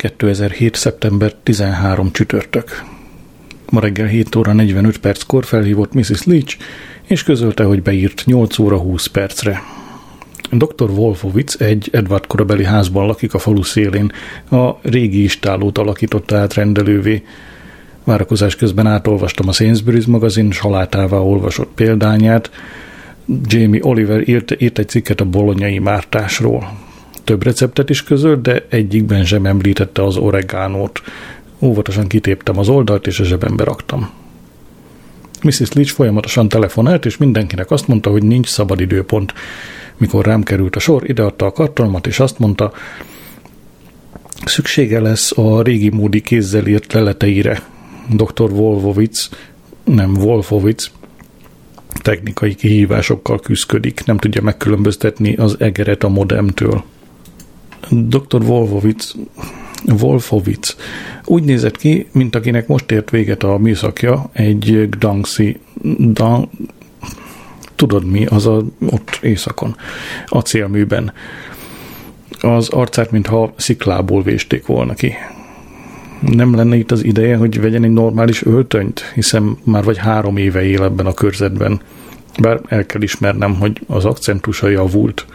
2007. szeptember 13 csütörtök. Ma reggel 7 óra 45 perckor felhívott Mrs. Leach, és közölte, hogy beírt 8 óra 20 percre. Dr. Wolfowitz egy Edward korabeli házban lakik a falu szélén, a régi istállót alakította át rendelővé. Várakozás közben átolvastam a Sainsbury's magazin salátává olvasott példányát. Jamie Oliver írt egy cikket a bolonyai mártásról. Több receptet is közölt, de egyikben sem említette az oregánót. Óvatosan kitéptem az oldalt, és a zsebembe raktam. Mrs. Leach folyamatosan telefonált, és mindenkinek azt mondta, hogy nincs szabad időpont. Mikor rám került a sor, ideadta a kartonomat, és azt mondta, szüksége lesz a régi módi kézzel írt leleteire. Dr. Wolfowitz technikai kihívásokkal küszködik, nem tudja megkülönböztetni az egeret a modemtől. Dr. Wolfowitz úgy nézett ki, mint akinek most ért véget a műszakja, egy tudod mi, az ott északon, acélműben. Az arcát, mintha sziklából vésték volna ki. Nem lenne itt az ideje, hogy vegyen egy normális öltönyt, hiszen már vagy 3 éve él ebben a körzetben. Bár el kell ismernem, hogy az akcentusa javult.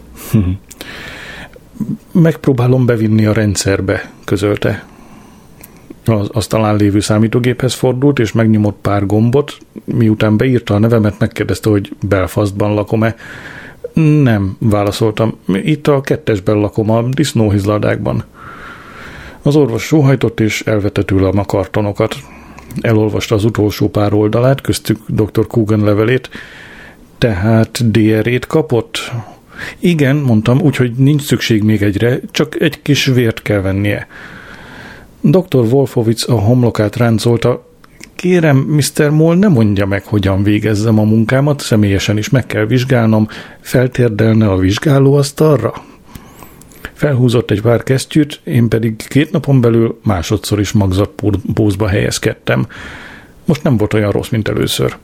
Megpróbálom bevinni a rendszerbe, közölte. Az asztalán lévő számítógéphez fordult, és megnyomott pár gombot. Miután beírta a nevemet, megkérdezte, hogy Belfastban lakom-e. Nem, válaszoltam. Itt a 2-esben lakom, a disznóhizladákban. Az orvos sóhajtott, és elvette tőle a kartonokat. Elolvasta az utolsó pár oldalát, köztük dr. Coogan levelét. Tehát DR-ét kapott? Igen, mondtam, úgyhogy nincs szükség még egyre, csak egy kis vért kell vennie. Dr. Wolfowitz a homlokát ráncolta. Kérem, Mr. Moll, ne mondja meg, hogyan végezzem a munkámat, személyesen is meg kell vizsgálnom, feltérdelne a vizsgálóasztalra? Felhúzott egy pár kesztyűt, én pedig 2 napon belül másodszor is magzatpózba helyezkedtem. Most nem volt olyan rossz, mint először.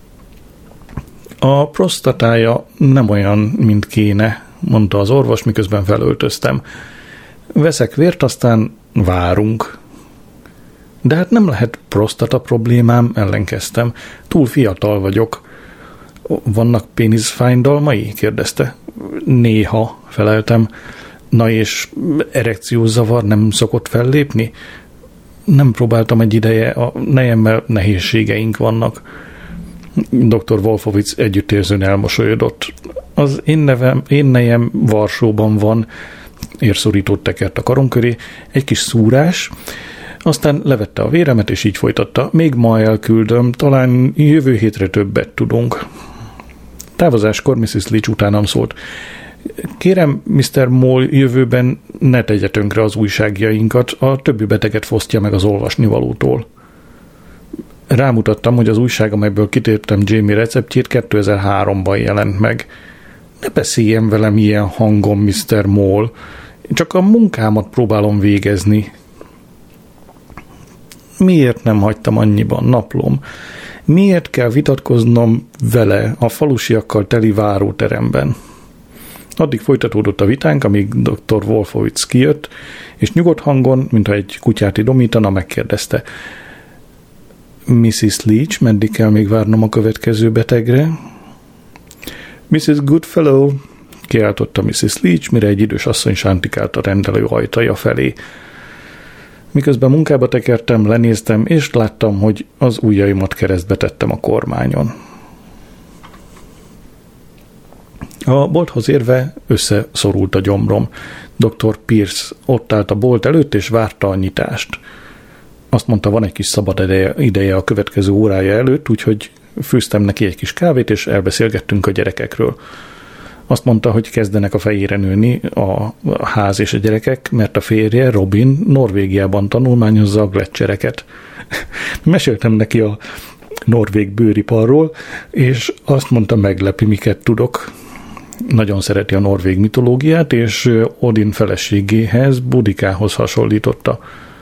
A prostatája nem olyan, mint kéne, mondta az orvos, miközben felöltöztem. Veszek vért, aztán várunk. De hát nem lehet prostata problémám, ellenkeztem. Túl fiatal vagyok. Vannak péniszfájdalmai? Kérdezte. Néha, feleltem. Na és erekciózavar nem szokott fellépni? Nem próbáltam egy ideje, a nejemmel nehézségeink vannak. Dr. Wolfowitz együttérzően elmosolyodott. Az én nejem Varsóban van, érszorítót tekert a karom köré, egy kis szúrás, aztán levette a véremet, és így folytatta. Még ma elküldöm, talán jövő hétre többet tudunk. Távozáskor Mrs. Leach utánam szólt. Kérem, Mr. Moll, jövőben ne tegye tönkre az újságjainkat, a többi beteget fosztja meg az olvasnivalótól. Rámutattam, hogy az újság, amelyből kitéptem Jamie receptjét, 2003-ban jelent meg. Ne beszéljen velem ilyen hangon, Mr. Moll. Csak a munkámat próbálom végezni. Miért nem hagytam annyiban, naplom? Miért kell vitatkoznom vele a falusiakkal teli váróteremben? Addig folytatódott a vitánk, amíg dr. Wolfowitz kijött, és nyugodt hangon, mintha egy kutyát idomítana, megkérdezte. Mrs. Leach, meddig kell még várnom a következő betegre? Mrs. Goodfellow, kiáltotta Mrs. Leach, mire egy idős asszony sántikált a rendelő ajtaja felé. Miközben munkába tekertem, lenéztem, és láttam, hogy az ujjaimat keresztbe tettem a kormányon. A bolthoz érve összeszorult a gyomrom. Dr. Pierce ott állt a bolt előtt, és várta a nyitást. Azt mondta, van egy kis szabad ideje a következő órája előtt, úgyhogy főztem neki egy kis kávét, és elbeszélgettünk a gyerekekről. Azt mondta, hogy kezdenek a fejére nőni a ház és a gyerekek, mert a férje, Robin, Norvégiában tanulmányozza a gleccsereket. Meséltem neki a norvég bőriparról, és azt mondta, meglepi, miket tudok. Nagyon szereti a norvég mitológiát, és Odin feleségéhez, Budikához hasonlította.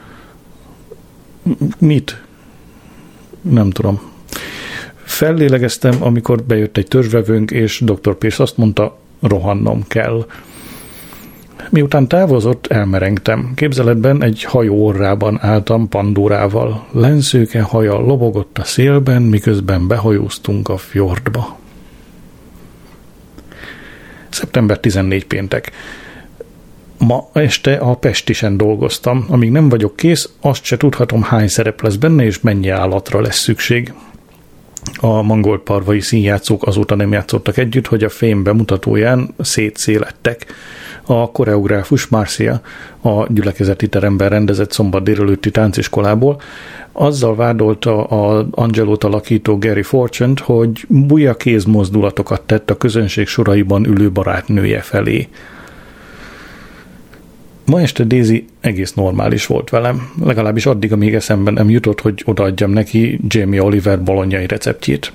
Mit? Nem tudom. Fellélegeztem, amikor bejött egy törzsvevőnk, és dr. Pierce azt mondta, rohannom kell. Miután távozott, elmerengtem. Képzeletben egy hajó orrában álltam Pandórával. Lenszőke haja lobogott a szélben, miközben behajóztunk a fjordba. Szeptember 14 péntek. Ma este a Pestisen dolgoztam. Amíg nem vagyok kész, azt se tudhatom, hány szerep lesz benne, és mennyi állatra lesz szükség. A mangoldparvai színjátszók azóta nem játszottak együtt, hogy a Fame bemutatóján szétszélettek. A koreográfus Marcia a gyülekezeti teremben rendezett szombat délelőtti tánciskolából azzal vádolta az Angelót alakító Gary Fortune-t, hogy buja kézmozdulatokat tett a közönség soraiban ülő barátnője felé. Ma este Daisy egész normális volt velem, legalábbis addig, amíg eszemben nem jutott, hogy odaadjam neki Jamie Oliver bolonyai receptjét.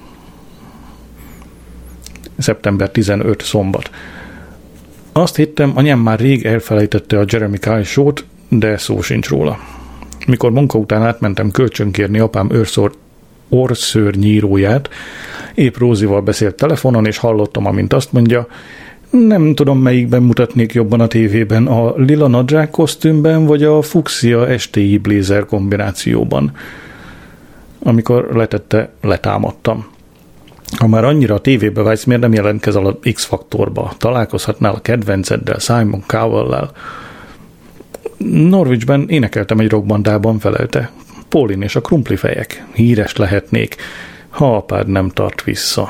Szeptember 15 szombat. Azt hittem, anyám már rég elfelejtette a Jeremy Kyle show-t, de szó sincs róla. Mikor munka után átmentem kölcsönkérni apám orszőrnyíróját, épp Rózival beszélt telefonon, és hallottam, amint azt mondja, nem tudom, melyikben mutatnék jobban a tévében, a lila nadrág kosztümben, vagy a fuchsia estéi blézer kombinációban. Amikor letette, letámadtam. Ha már annyira a tévébe vágysz, miért nem jelentkezel a X-faktorba? Találkozhatnál a kedvenceddel, Simon Cowell-lel. Norwichben énekeltem egy rockbandában, felelte. Paulin és a krumplifejek. Híres lehetnék, ha apád nem tart vissza.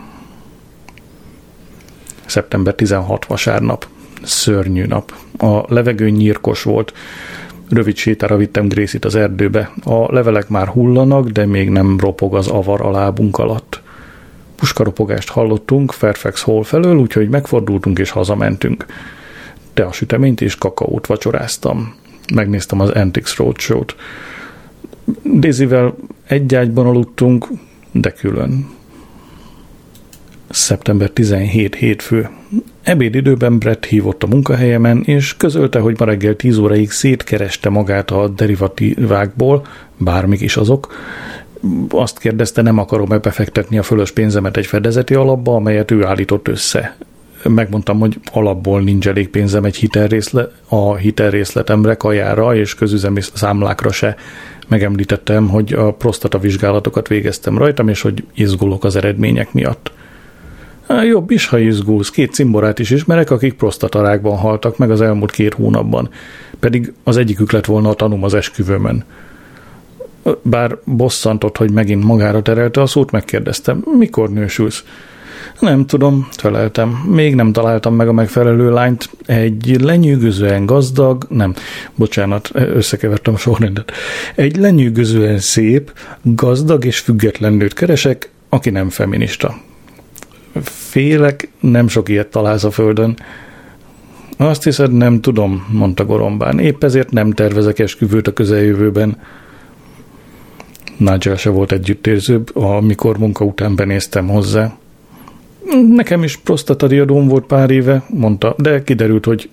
Szeptember 16 vasárnap. Szörnyű nap. A levegő nyírkos volt. Rövid sétára vittem Gracie-t az erdőbe. A levelek már hullanak, de még nem ropog az avar a lábunk alatt. Puskaropogást hallottunk Fairfax Hall felől, úgyhogy megfordultunk és hazamentünk. Teasüteményt és kakaót vacsoráztam. Megnéztem az Antiques Roadshow-t. Daisyvel egy ágyban aludtunk, de külön. Szeptember 17 hétfő. Ebédidőben Brett hívott a munkahelyemen, és közölte, hogy ma reggel 10 óráig szétkereste magát a derivatívákból, bármik is azok. Azt kérdezte, nem akarom-e befektetni a fölös pénzemet egy fedezeti alapba, amelyet ő állított össze. Megmondtam, hogy alapból nincs elég pénzem egy hitelrészletemre, kajára és közüzemi számlákra se. Megemlítettem, hogy a prostatavizsgálatokat végeztem rajtam, és hogy izgulok az eredmények miatt. Jobb is, ha izgulsz. 2 cimborát is ismerek, akik prostatarákban haltak meg az elmúlt 2 hónapban. Pedig az egyikük lett volna a tanúm az esküvőmön. Bár bosszantott, hogy megint magára terelte a szót, megkérdeztem, mikor nősülsz? Nem tudom, feleltem. Még nem találtam meg a megfelelő lányt. Egy lenyűgözően gazdag, összekevertem a sorrendet. Egy lenyűgözően szép, gazdag és független nőt keresek, aki nem feminista. Félek, nem sok ilyet találsz a földön. Azt hiszed, nem tudom, mondta gorombán. Épp ezért nem tervezek esküvőt a közeljövőben. Nigel se volt együttérzőbb, amikor munka után benéztem hozzá. Nekem is prostatadiadóm volt pár éve, mondta, de kiderült, hogy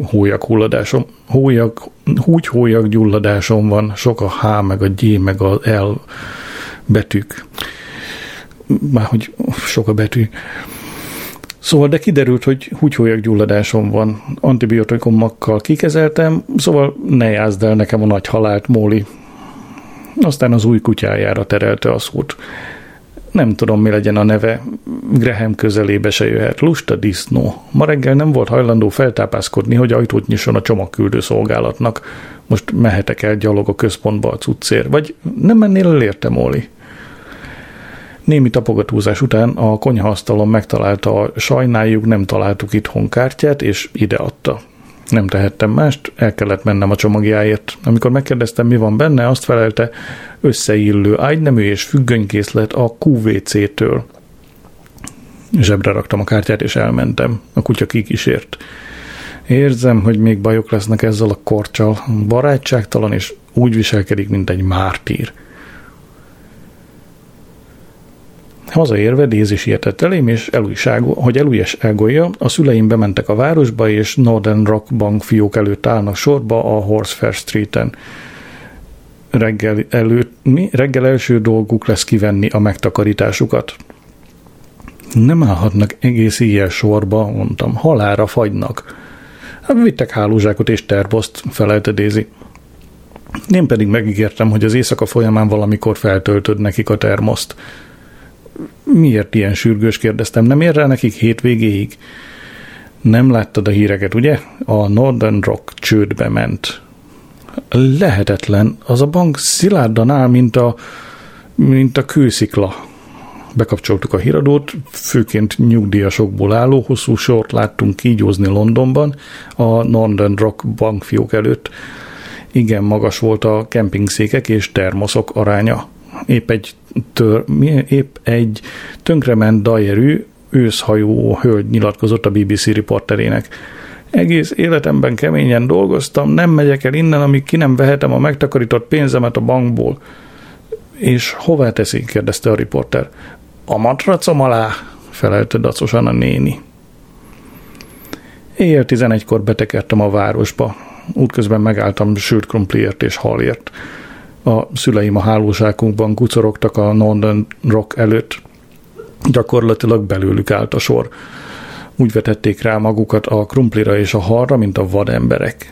hólyaggyulladásom van, sok a H, meg a G, meg a L betűk. Márhogy sok a betű. Szóval, de kiderült, hogy húgyhólyaggyulladásom van. Antibiotikumokkal kikezeltem, szóval ne jázd el nekem a nagy halált, Móli. Aztán az új kutyájára terelte a szót. Nem tudom, mi legyen a neve. Graham közelébe se jöhet. Lusta disznó. Ma reggel nem volt hajlandó feltápászkodni, hogy ajtót nyisson a csomagküldő szolgálatnak. Most mehetek el gyalog a központba a cuccér. Vagy nem mennél el érte, Móli? Némi tapogatózás után a konyhaasztalon megtalálta a sajnáljuk, nem találtuk itthon kártyát, és ideadta. Nem tehettem mást, el kellett mennem a csomagjáért. Amikor megkérdeztem, mi van benne, azt felelte, összeillő ágynemű és függönykészlet a QVC-től. Zsebre raktam a kártyát, és elmentem. A kutya kikísért. Érzem, hogy még bajok lesznek ezzel a korccsal. Barátságtalan, és úgy viselkedik, mint egy mártír. Hazaérve Daisy sietett elém, és hogy elújságolja, a szüleim bementek a városba, és Northern Rock Bank fiók előtt állnak sorba a Horsefair Streeten. Reggel első dolguk lesz kivenni a megtakarításukat. Nem állhatnak egész éjjel sorba, mondtam, halálra fagynak. Vittek hálózsákot és termoszt, felelte Daisy. Én pedig megígértem, hogy az éjszaka folyamán valamikor feltöltöd nekik a termoszt. Miért ilyen sürgős, kérdeztem, nem ér rá nekik hétvégéig? Nem láttad a híreket, ugye? A Northern Rock csődbe ment. Lehetetlen, az a bank szilárdan áll, mint a kőszikla. Bekapcsoltuk a híradót, főként nyugdíjasokból álló hosszú sort láttunk kígyózni Londonban a Northern Rock bankfiók előtt. Igen magas volt a kempingszékek és termoszok aránya. Épp egy tönkrement dajerű őszhajú hölgy nyilatkozott a BBC riporterének. Egész életemben keményen dolgoztam, nem megyek el innen, amíg ki nem vehetem a megtakarított pénzemet a bankból. És hová teszi? Kérdezte a riporter. A matracom alá, felelte dacosan a néni. Éjjel 11-kor betekertem a városba. Útközben megálltam sült krumpliért és halért. A szüleim a hálózsákunkban kucorogtak a Northern Rock előtt. Gyakorlatilag belőlük állt a sor. Úgy vetették rá magukat a krumplira és a halra, mint a vademberek.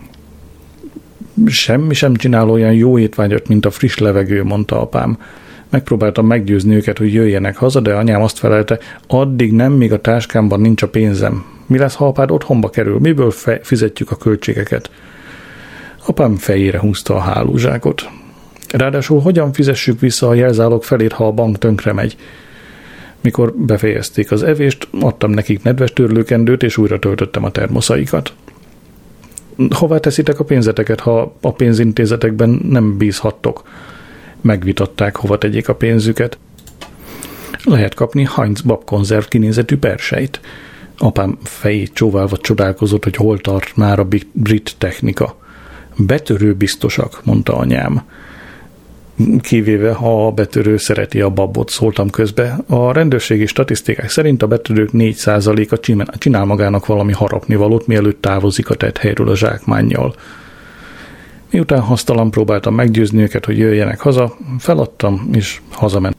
Semmi sem csinál olyan jó étvágyat, mint a friss levegő, mondta apám. Megpróbáltam meggyőzni őket, hogy jöjjenek haza, de anyám azt felelte, addig nem, míg a táskámban nincs a pénzem. Mi lesz, ha apád otthonba kerül? Miből fizetjük a költségeket? Apám fejére húzta a hálózsákot. Ráadásul hogyan fizessük vissza a jelzálog felét, ha a bank tönkre megy? Mikor befejezték az evést, adtam nekik nedves törlőkendőt, és újra töltöttem a termoszaikat. Hová teszitek a pénzeteket, ha a pénzintézetekben nem bízhattok? Megvitatták, hova tegyék a pénzüket. Lehet kapni Heinz babkonzerv kinézetű perseit. Apám fejét csóválva csodálkozott, hogy hol tart már a brit technika. Betörő biztosak, mondta anyám. Kivéve, ha a betörő szereti a babot, szóltam közbe. A rendőrségi statisztikák szerint a betörők 4%-a csinál magának valami harapnivalót, mielőtt távozik a tetthelyről a zsákmánnyal. Miután hasztalan próbáltam meggyőzni őket, hogy jöjjenek haza, feladtam, és hazament.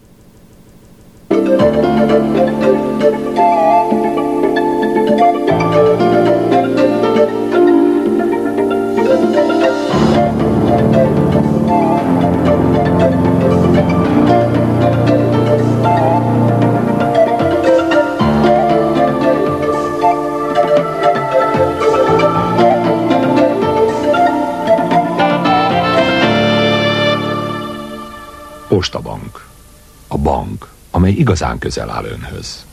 Postabank. A bank, amely igazán közel áll önhöz.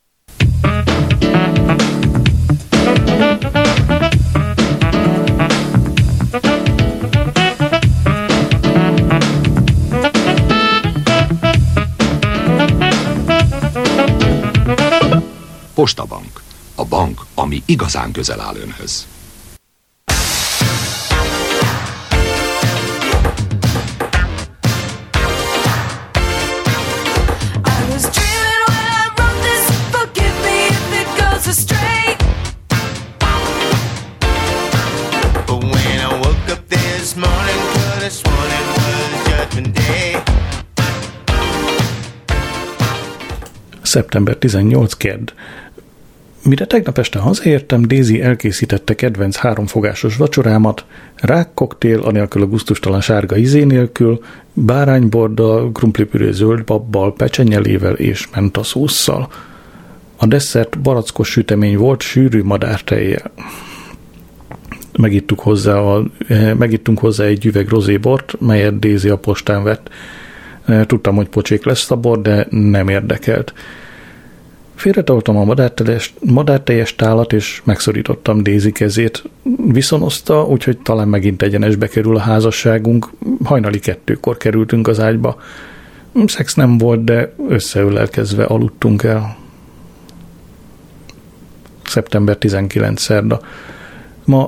Postabank. A bank, ami igazán közel áll önhöz. Szeptember 18 kedd. Mire tegnap este hazaértem, Daisy elkészítette kedvenc háromfogásos vacsorámat, rákkoktél, anélkül a gusztustalan sárga ízé nélkül, bárányborddal, krumplipüré zöld babbal, pecsenyelével és mentaszósszal. A desszert barackos sütemény volt sűrű madártejjel. Megittunk hozzá egy üveg rozébort, melyet Daisy a postán vett. Tudtam, hogy pocsék lesz a bor, de nem érdekelt. Félretoltam a madárteljes tálat, és megszorítottam Daisy kezét. Viszonozta, úgyhogy talán megint egyenesbe kerül a házasságunk. Hajnali 2-kor kerültünk az ágyba. Szex nem volt, de összeölelkezve aludtunk el. Szeptember 19 szerda. Ma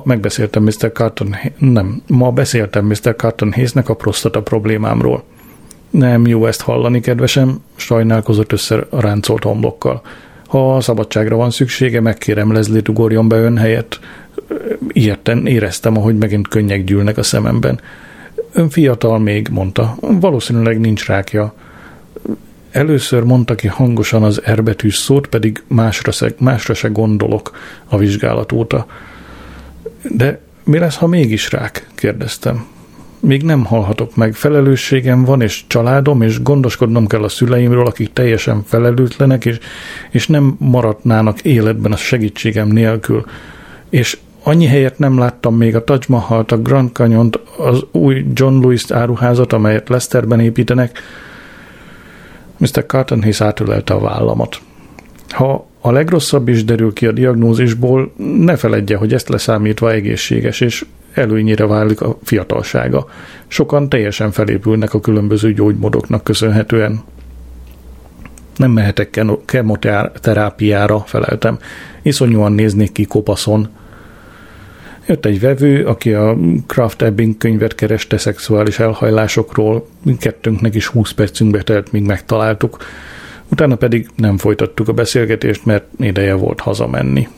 beszéltem Mr. Carton Hayesnek a prostata problémámról. Nem jó ezt hallani, kedvesem, sajnálkozott összeráncolt homlokkal. Ha szabadságra van szüksége, megkérem, Leslie-t ugorjon be ön helyett. Ilyetten éreztem, ahogy megint könnyek gyűlnek a szememben. Ön fiatal még, mondta. Valószínűleg nincs rákja. Először mondta ki hangosan az R betűs szót, pedig másra se gondolok a vizsgálat óta. De mi lesz, ha mégis rák? Kérdeztem. Még nem halhatok meg, felelősségem van, és családom, és gondoskodnom kell a szüleimről, akik teljesen felelőtlenek, és nem maradnának életben a segítségem nélkül. És annyi helyet nem láttam még, a Taj Mahalt, a Grand Canyont, az új John Lewis áruházat, amelyet Leicesterben építenek. Mr. Carton Hayes átölelte a vállamat. Ha a legrosszabb is derül ki a diagnózisból, ne feledje, hogy ezt leszámítva egészséges, és előnyére válik a fiatalsága. Sokan teljesen felépülnek a különböző gyógymódoknak köszönhetően. Nem mehetek kemoterápiára, feleltem. Iszonyúan néznék ki kopaszon. Jött egy vevő, aki a Kraft Ebing könyvet kereste szexuális elhajlásokról. Kettőnknek is 20 percünkbe telt, míg megtaláltuk. Utána pedig nem folytattuk a beszélgetést, mert ideje volt hazamenni.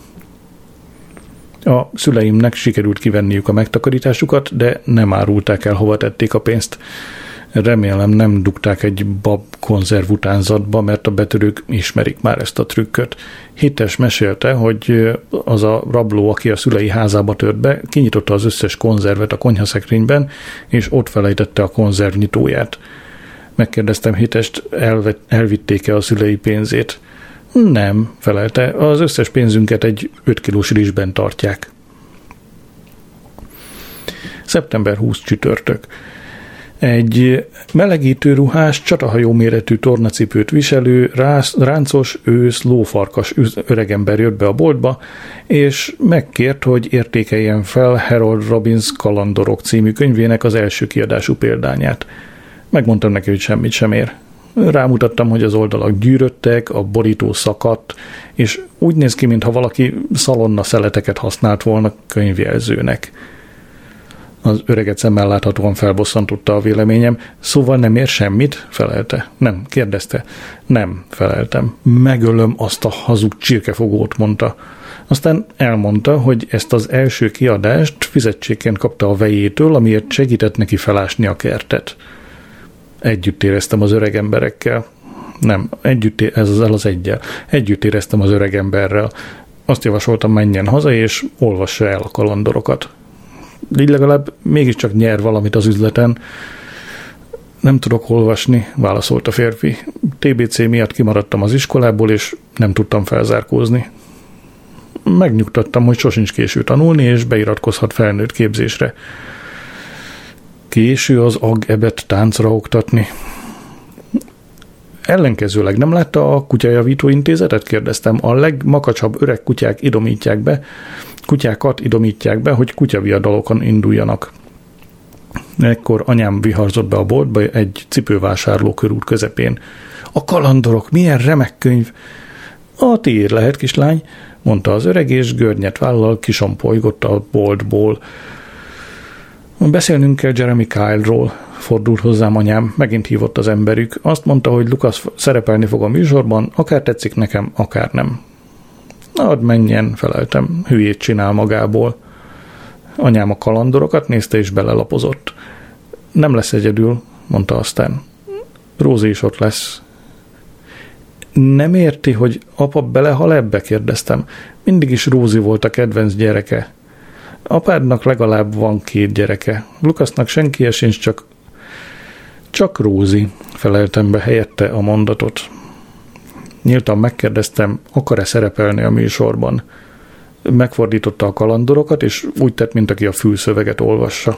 A szüleimnek sikerült kivenniük a megtakarításukat, de nem árulták el, hova tették a pénzt. Remélem nem dugták egy bab konzerv utánzatba, mert a betörők ismerik már ezt a trükköt. Hites mesélte, hogy az a rabló, aki a szülei házába tört be, kinyitotta az összes konzervet a konyhaszekrényben, és ott felejtette a konzervnyitóját. Megkérdeztem Hitest, elvitték-e a szülei pénzét. Nem, felelte, az összes pénzünket egy 5 kilós rizsben tartják. Szeptember 20 csütörtök. Egy melegítő ruhás, csatahajó méretű tornacipőt viselő, ráncos, ősz, lófarkas öregember jött be a boltba, és megkért, hogy értékeljen fel Harold Robbins Kalandorok című könyvének az első kiadású példányát. Megmondtam neki, hogy semmit sem ér. Rámutattam, hogy az oldalak gyűröttek, a borító szakadt, és úgy néz ki, mintha valaki szalonna szeleteket használt volna könyvjelzőnek. Az öreget szemmel láthatóan felbosszantotta a véleményem. Szóval nem ér semmit? Felelte. Nem, kérdezte. Nem, feleltem. Megölöm azt a hazug csirkefogót, mondta. Aztán elmondta, hogy ezt az első kiadást fizetségként kapta a vejétől, amiért segített neki felásni a kertet. Együtt éreztem az öreg emberekkel. Nem, ezzel az eggyel. Együtt éreztem az öreg emberrel. Azt javasoltam, menjen haza, és olvassa el a kalandorokat. Így legalább mégiscsak nyer valamit az üzleten. Nem tudok olvasni, válaszolt a férfi. TBC miatt kimaradtam az iskolából, és nem tudtam felzárkózni. Megnyugtattam, hogy sosincs késő tanulni, és beiratkozhat felnőtt képzésre. Késő az ag-ebet táncra oktatni. Ellenkezőleg nem látta a kutyajavító intézetet? Kérdeztem. A legmakacsabb öreg kutyákat idomítják be, hogy kutyaviadalokon induljanak. Ekkor anyám viharzott be a boltba egy cipővásárló körút közepén. A kalandorok, milyen remek könyv! A tiéd lehet, kislány, mondta az öreg, és görnyet vállal kisompolygott a boltból. Beszélnünk kell Jeremy Kyle-ról, fordult hozzám anyám, megint hívott az emberük. Azt mondta, hogy Lucas szerepelni fog a műsorban, akár tetszik nekem, akár nem. Add menjen, feleltem, hülyét csinál magából. Anyám a kalandorokat nézte és belelapozott. Nem lesz egyedül, mondta aztán. Rózi is ott lesz. Nem érti, hogy apa belehal ebbe? Kérdeztem. Mindig is Rózi volt a kedvenc gyereke. Apádnak legalább van 2 gyereke. Lucasnak senki sincs, csak Rózi, feleltem be helyette a mondatot. Nyíltan megkérdeztem, akar-e szerepelni a műsorban. Megfordította a kalandorokat, és úgy tett, mint aki a fülszöveget olvassa.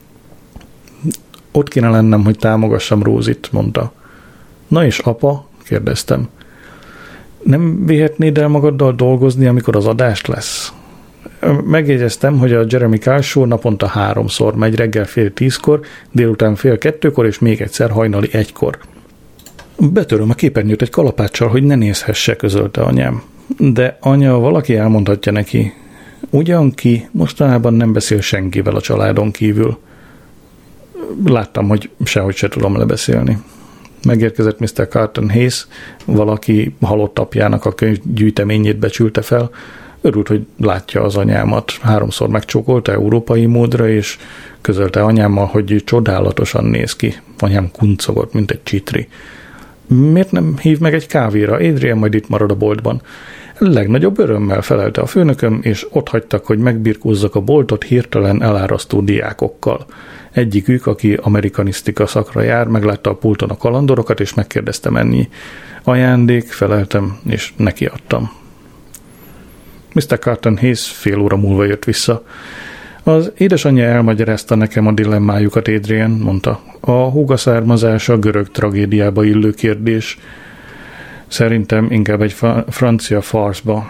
Ott kéne lennem, hogy támogassam Rózit, mondta. Na és apa? Kérdeztem. Nem vihetnéd el magaddal dolgozni, amikor az adás lesz? Megjegyeztem, hogy a Jeremy Kyle Show naponta 3-szor megy, reggel 9:30, délután 1:30 és még egyszer hajnali 1-kor. Betöröm a képernyőt egy kalapáccsal, hogy ne nézhesse, közölte anyám. De anya, valaki elmondhatja neki. Ugyan ki, mostanában nem beszél senkivel a családon kívül. Láttam, hogy sehogy se tudom lebeszélni. Megérkezett Mr. Carton Hayes, valaki halott apjának a könyvgyűjteményét becsülte fel. Örült, hogy látja az anyámat. 3-szor megcsókolta európai módra, és közölte anyámmal, hogy csodálatosan néz ki. Anyám kuncogott, mint egy csitri. Miért nem hív meg egy kávéra? Adrian majd itt marad a boltban. Legnagyobb örömmel, felelte a főnököm, és otthagytak, hogy megbirkózzak a boltot hirtelen elárasztó diákokkal. Egyikük, aki amerikanisztika szakra jár, meglátta a pulton a kalandorokat, és megkérdezte mennyi. Ajándék, feleltem, és nekiadtam. Mr. Carton Hayes fél óra múlva jött vissza. Az édesanyja elmagyarázta nekem a dilemmájukat, Adrian, mondta. A húga származása görög tragédiába illő kérdés. Szerintem inkább egy francia farszba.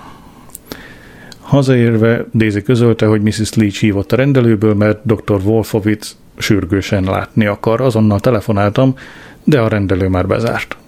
Hazaérve Daisy közölte, hogy Mrs. Leach hívott a rendelőből, mert dr. Wolfowitz sürgősen látni akar. Azonnal telefonáltam, de a rendelő már bezárt.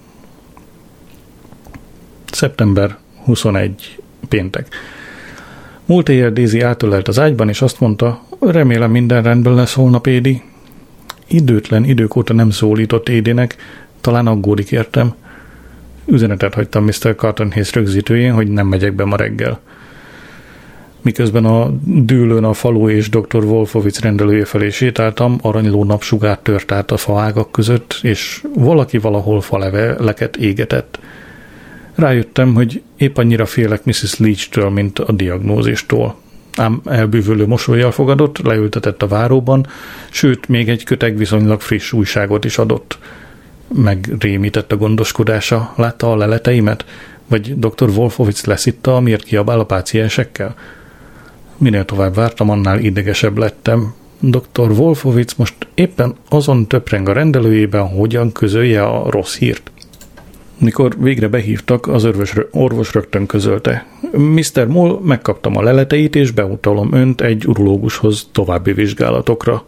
Szeptember 21. péntek. Múlt éjjel Daisy átölelt az ágyban, és azt mondta, remélem minden rendben lesz holnap, Édi. Időtlen idők óta nem szólított Édinek, talán aggódik értem. Üzenetet hagytam Mr. Carton Hayes rögzítőjén, hogy nem megyek be ma reggel. Miközben a dűlőn a falu és dr. Wolfowitz rendelője felé sétáltam, aranyló napsugár tört át a faágak között, és valaki valahol faleveleket égetett. Rájöttem, hogy épp annyira félek Mrs. Leach-től, mint a diagnózistól. Ám elbűvölő mosollyal fogadott, leültetett a váróban, sőt, még egy köteg viszonylag friss újságot is adott. Megrémített a gondoskodása, látta a leleteimet? Vagy dr. Wolfowitz leszitta, amiért kiabál a páciensekkel? Minél tovább vártam, annál idegesebb lettem. Dr. Wolfowitz most éppen azon töpreng a rendelőjében, hogyan közölje a rossz hírt. Mikor végre behívtak, az orvos rögtön közölte. Mr. Moll, megkaptam a leleteit, és beutalom önt egy urológushoz további vizsgálatokra.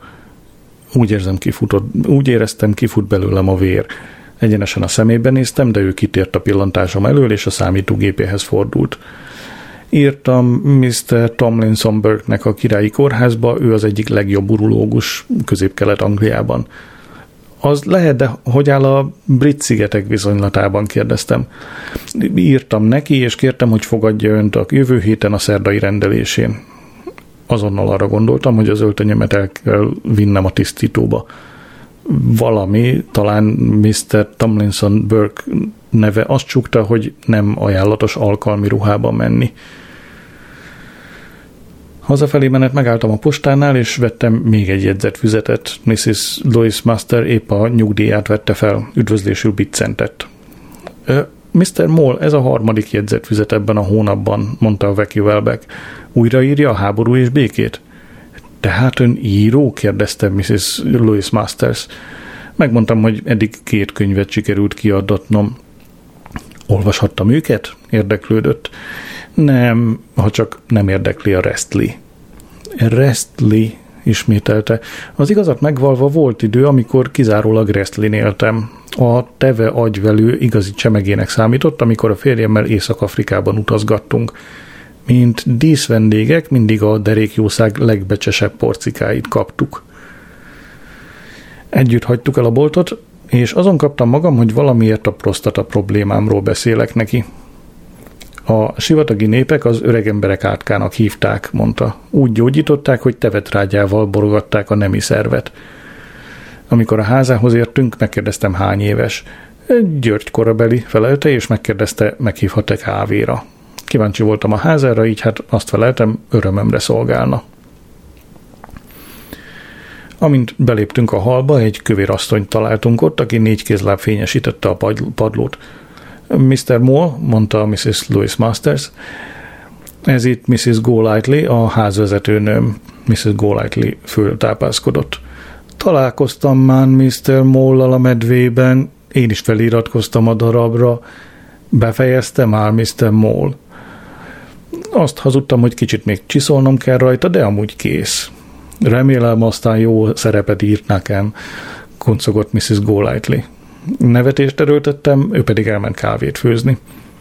Úgy éreztem, kifut belőlem a vér. Egyenesen a szemébe néztem, de ő kitért a pillantásom elől, és a számítógépéhez fordult. Írtam Mr. Tomlinson Burke-nek a királyi kórházba, ő az egyik legjobb urológus Közép-Kelet-Angliában. Az lehet, de hogy áll a Brit-szigetek viszonylatában, kérdeztem. Írtam neki, és kértem, hogy fogadja önt a jövő héten a szerdai rendelésén. Azonnal arra gondoltam, hogy az öltönyömet el kell vinnem a tisztítóba. Valami, talán Mr. Tomlinson Burke neve azt csukta, hogy nem ajánlatos alkalmi ruhában menni. Hazafelé menet megálltam a postánál, és vettem még egy jegyzetfüzetet. Mrs. Lois Master épp a nyugdíját vette fel, üdvözlésül biccentett. Mr. Moll, ez a harmadik jegyzetfüzet ebben a hónapban, mondta a Veki Welbeck. Újraírja a háború és békét? Tehát ön író? Kérdezte Mrs. Lois Masters. Megmondtam, hogy eddig 2 könyvet sikerült kiadatnom. Olvashattam őket? Érdeklődött. Nem, ha csak nem érdekli a Restly. Restly, ismételte. Az igazat megvalva volt idő, amikor kizárólag Restlyn éltem. A teve agyvelő igazi csemegének számított, amikor a férjemmel Észak-Afrikában utazgattunk. Mint díszvendégek mindig a derékjószág legbecsesebb porcikáit kaptuk. Együtt hagytuk el a boltot, és azon kaptam magam, hogy valamiért a prostata problémámról beszélek neki. A sivatagi népek az öreg emberek átkának hívták, mondta. Úgy gyógyították, hogy tevetrágyával borogatták a nemi szervet. Amikor a házához értünk, megkérdeztem, hány éves. György korabeli, felelte, és megkérdezte, meghívhat-e kávéra. Kíváncsi voltam a házára, így hát azt feleltem, örömömre szolgálna. Amint beléptünk a hallba, egy kövér asszonyt találtunk ott, aki 4 kézláb fényesítette a padlót. Mr. Moll, mondta Mrs. Lois Masters, ez itt Mrs. Golightly, a házvezetőnőm. Mrs. Golightly föltápászkodott. Találkoztam már Mr. Moll-al a medvében, én is feliratkoztam a darabra. Befejezte már Mr. Moll. Azt hazudtam, hogy kicsit még csiszolnom kell rajta, de amúgy kész. Remélem aztán jó szerepet írt nekem, kuncogott Mrs. Golightly. Nevetést erőltettem, ő pedig elment kávét főzni.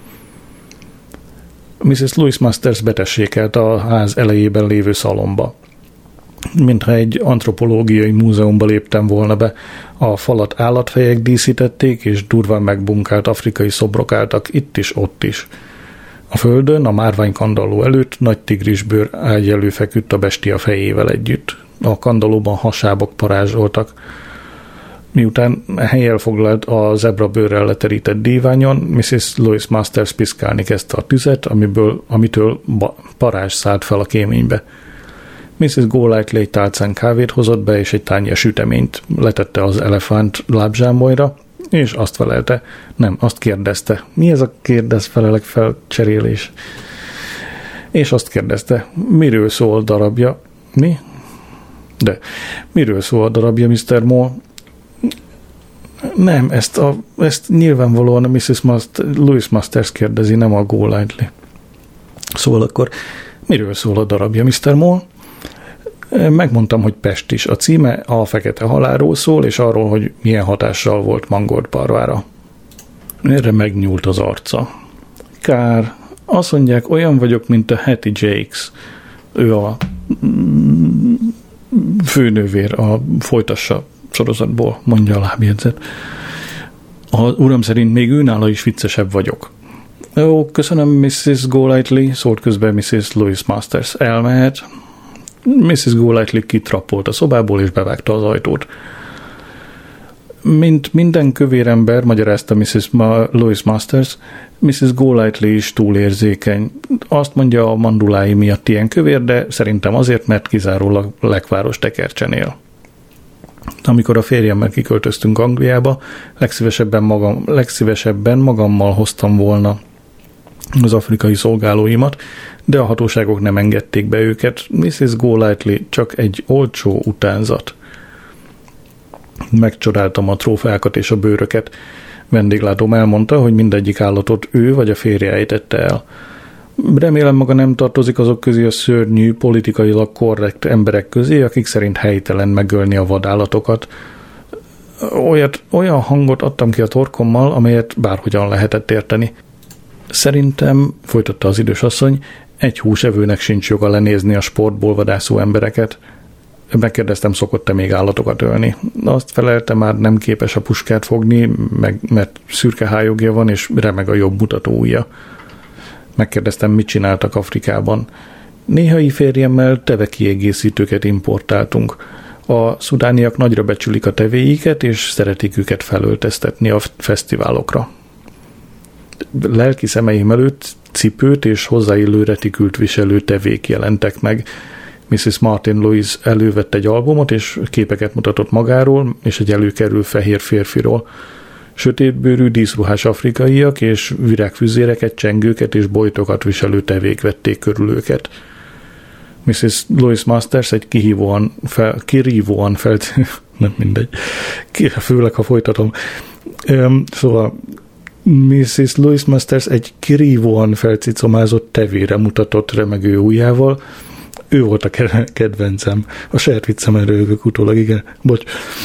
Mrs. Lois Masters betessékelt a ház elejében lévő szalomba. Mintha egy antropológiai múzeumba léptem volna be, a falat állatfejek díszítették, és durván megbunkált afrikai szobrok álltak itt is, ott is. A földön, a márványkandalló előtt nagy tigrisbőr ágyelő feküdt a bestia fejével együtt. A kandallóban hasábok parázsoltak. Miután helyel foglalt a zebrabőrrel leterített díványon, Mrs. Louis Masters piszkálni kezdte a tüzet, amitől parázs szállt fel a kéménybe. Mrs. Golightly egy tálcán kávét hozott be, és egy tányér süteményt letette az elefánt lábzsámolyra, és azt felelte. Nem, azt kérdezte. Mi ez a kérdez-felelek felcserélés? És azt kérdezte, miről szól a darabja? Mi? De miről szól a darabja, Mr. Moore? Nem, ezt nyilvánvalóan a Louis Masters kérdezi, nem a Golightly. Szóval akkor miről szól a darabja, Mr. Moore? Megmondtam, hogy Pest is. A címe a fekete halálról szól, és arról, hogy milyen hatással volt Mangold parvára. Erre megnyúlt az arca. Kár, azt mondják, olyan vagyok, mint a Hattie Jakes. Ő a főnővér, a folytassa sorozatból, mondja a lábjegyzet. Az uram szerint még őnála is viccesebb vagyok. Ó, köszönöm, Mrs. Golightly, szólt közben Mrs. Louis Masters. Elmehet. Mrs. Golightly kitrappolt a szobából, és bevágta az ajtót. Mint minden kövér ember, magyarázta Mrs. Louis Masters, Mrs. Golightly is túlérzékeny. Azt mondja, a mandulái miatt ilyen kövér, de szerintem azért, mert kizárólag lekváros tekercsen. Amikor a férjemmel kiköltöztünk Angliába, legszívesebben magammal hoztam volna az afrikai szolgálóimat, de a hatóságok nem engedték be őket. Mrs. Golightly csak egy olcsó utánzat. Megcsodáltam a trófeákat és a bőröket. Vendéglátóm elmondta, hogy mindegyik állatot ő vagy a férje ejtette el. Remélem maga nem tartozik azok közé a szörnyű, politikailag korrekt emberek közé, akik szerint helytelen megölni a vadállatokat. Olyan hangot adtam ki a torkommal, amelyet bárhogyan lehetett érteni. Szerintem, folytatta az idős asszony, egy húsevőnek sincs joga lenézni a sportból vadászó embereket. Megkérdeztem, szokott-e még állatokat ölni. Azt felelte, már nem képes a puskát fogni, mert szürke hályogja van, és remeg a jobb mutatóujja. Megkérdeztem, mit csináltak Afrikában. Néhai férjemmel tevekiegészítőket importáltunk. A szudániak nagyra becsülik a tevéiket, és szeretik őket felöltöztetni a fesztiválokra. Lelki szemeim előtt cipőt és hozzáillő retikült viselő tevék jelentek meg. Mrs. Martin Louise elővett egy albumot, és képeket mutatott magáról, és egy előkerül fehér férfiról. Sötétbőrű, díszruhás afrikaiak és virágfüzéreket, csengőket és bojtokat viselő tevék vették körül őket. Mrs. Louis Masters egy kirívóan nem mindegy, főleg ha folytatom. Szóval Mrs. Louis Masters egy kirívóan felcicomázott tevére mutatott remegő ujjával. Ő volt a kedvencem. A saját viccemen röhögök utólag, igen. Bocs.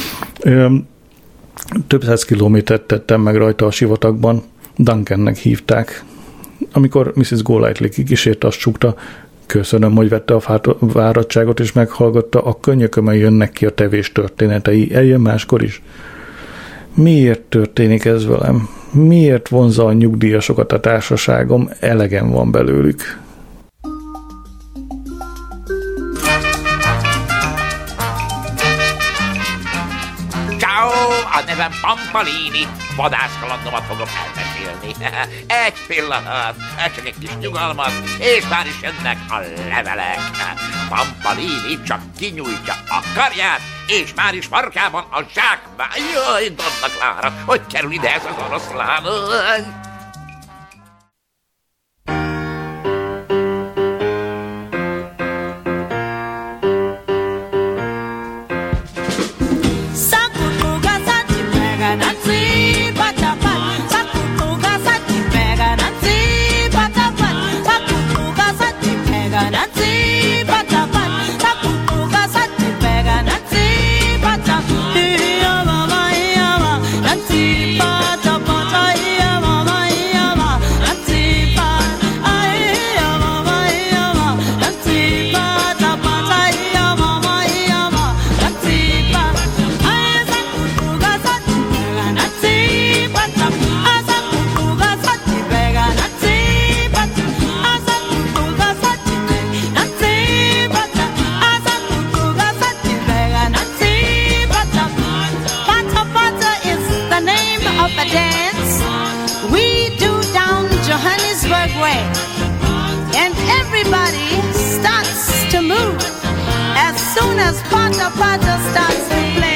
Több 100 kilométert tettem meg rajta a sivatagban. Duncannek hívták. Amikor Mrs. Golightly kikísért, azt súgta, köszönöm, hogy vette a fáradtságot és meghallgatta, a könnyökömön jönnek ki a tevés történetei. Eljön máskor is. Miért történik ez velem? Miért vonzza a nyugdíjasokat a társaságom? Elegem van belőlük. A nevem Pampalini, vadászkalandomat fogom elmesélni. Egy pillanat, csak egy kis nyugalmat, és már is jönnek a levelek. Pampalini csak kinyújtja a karját, és már is farkában a zsákmány. Jaj, Donna Clara, hogy kerül ide ez az oroszlán? Bye. soon as Pata Pata starts to play.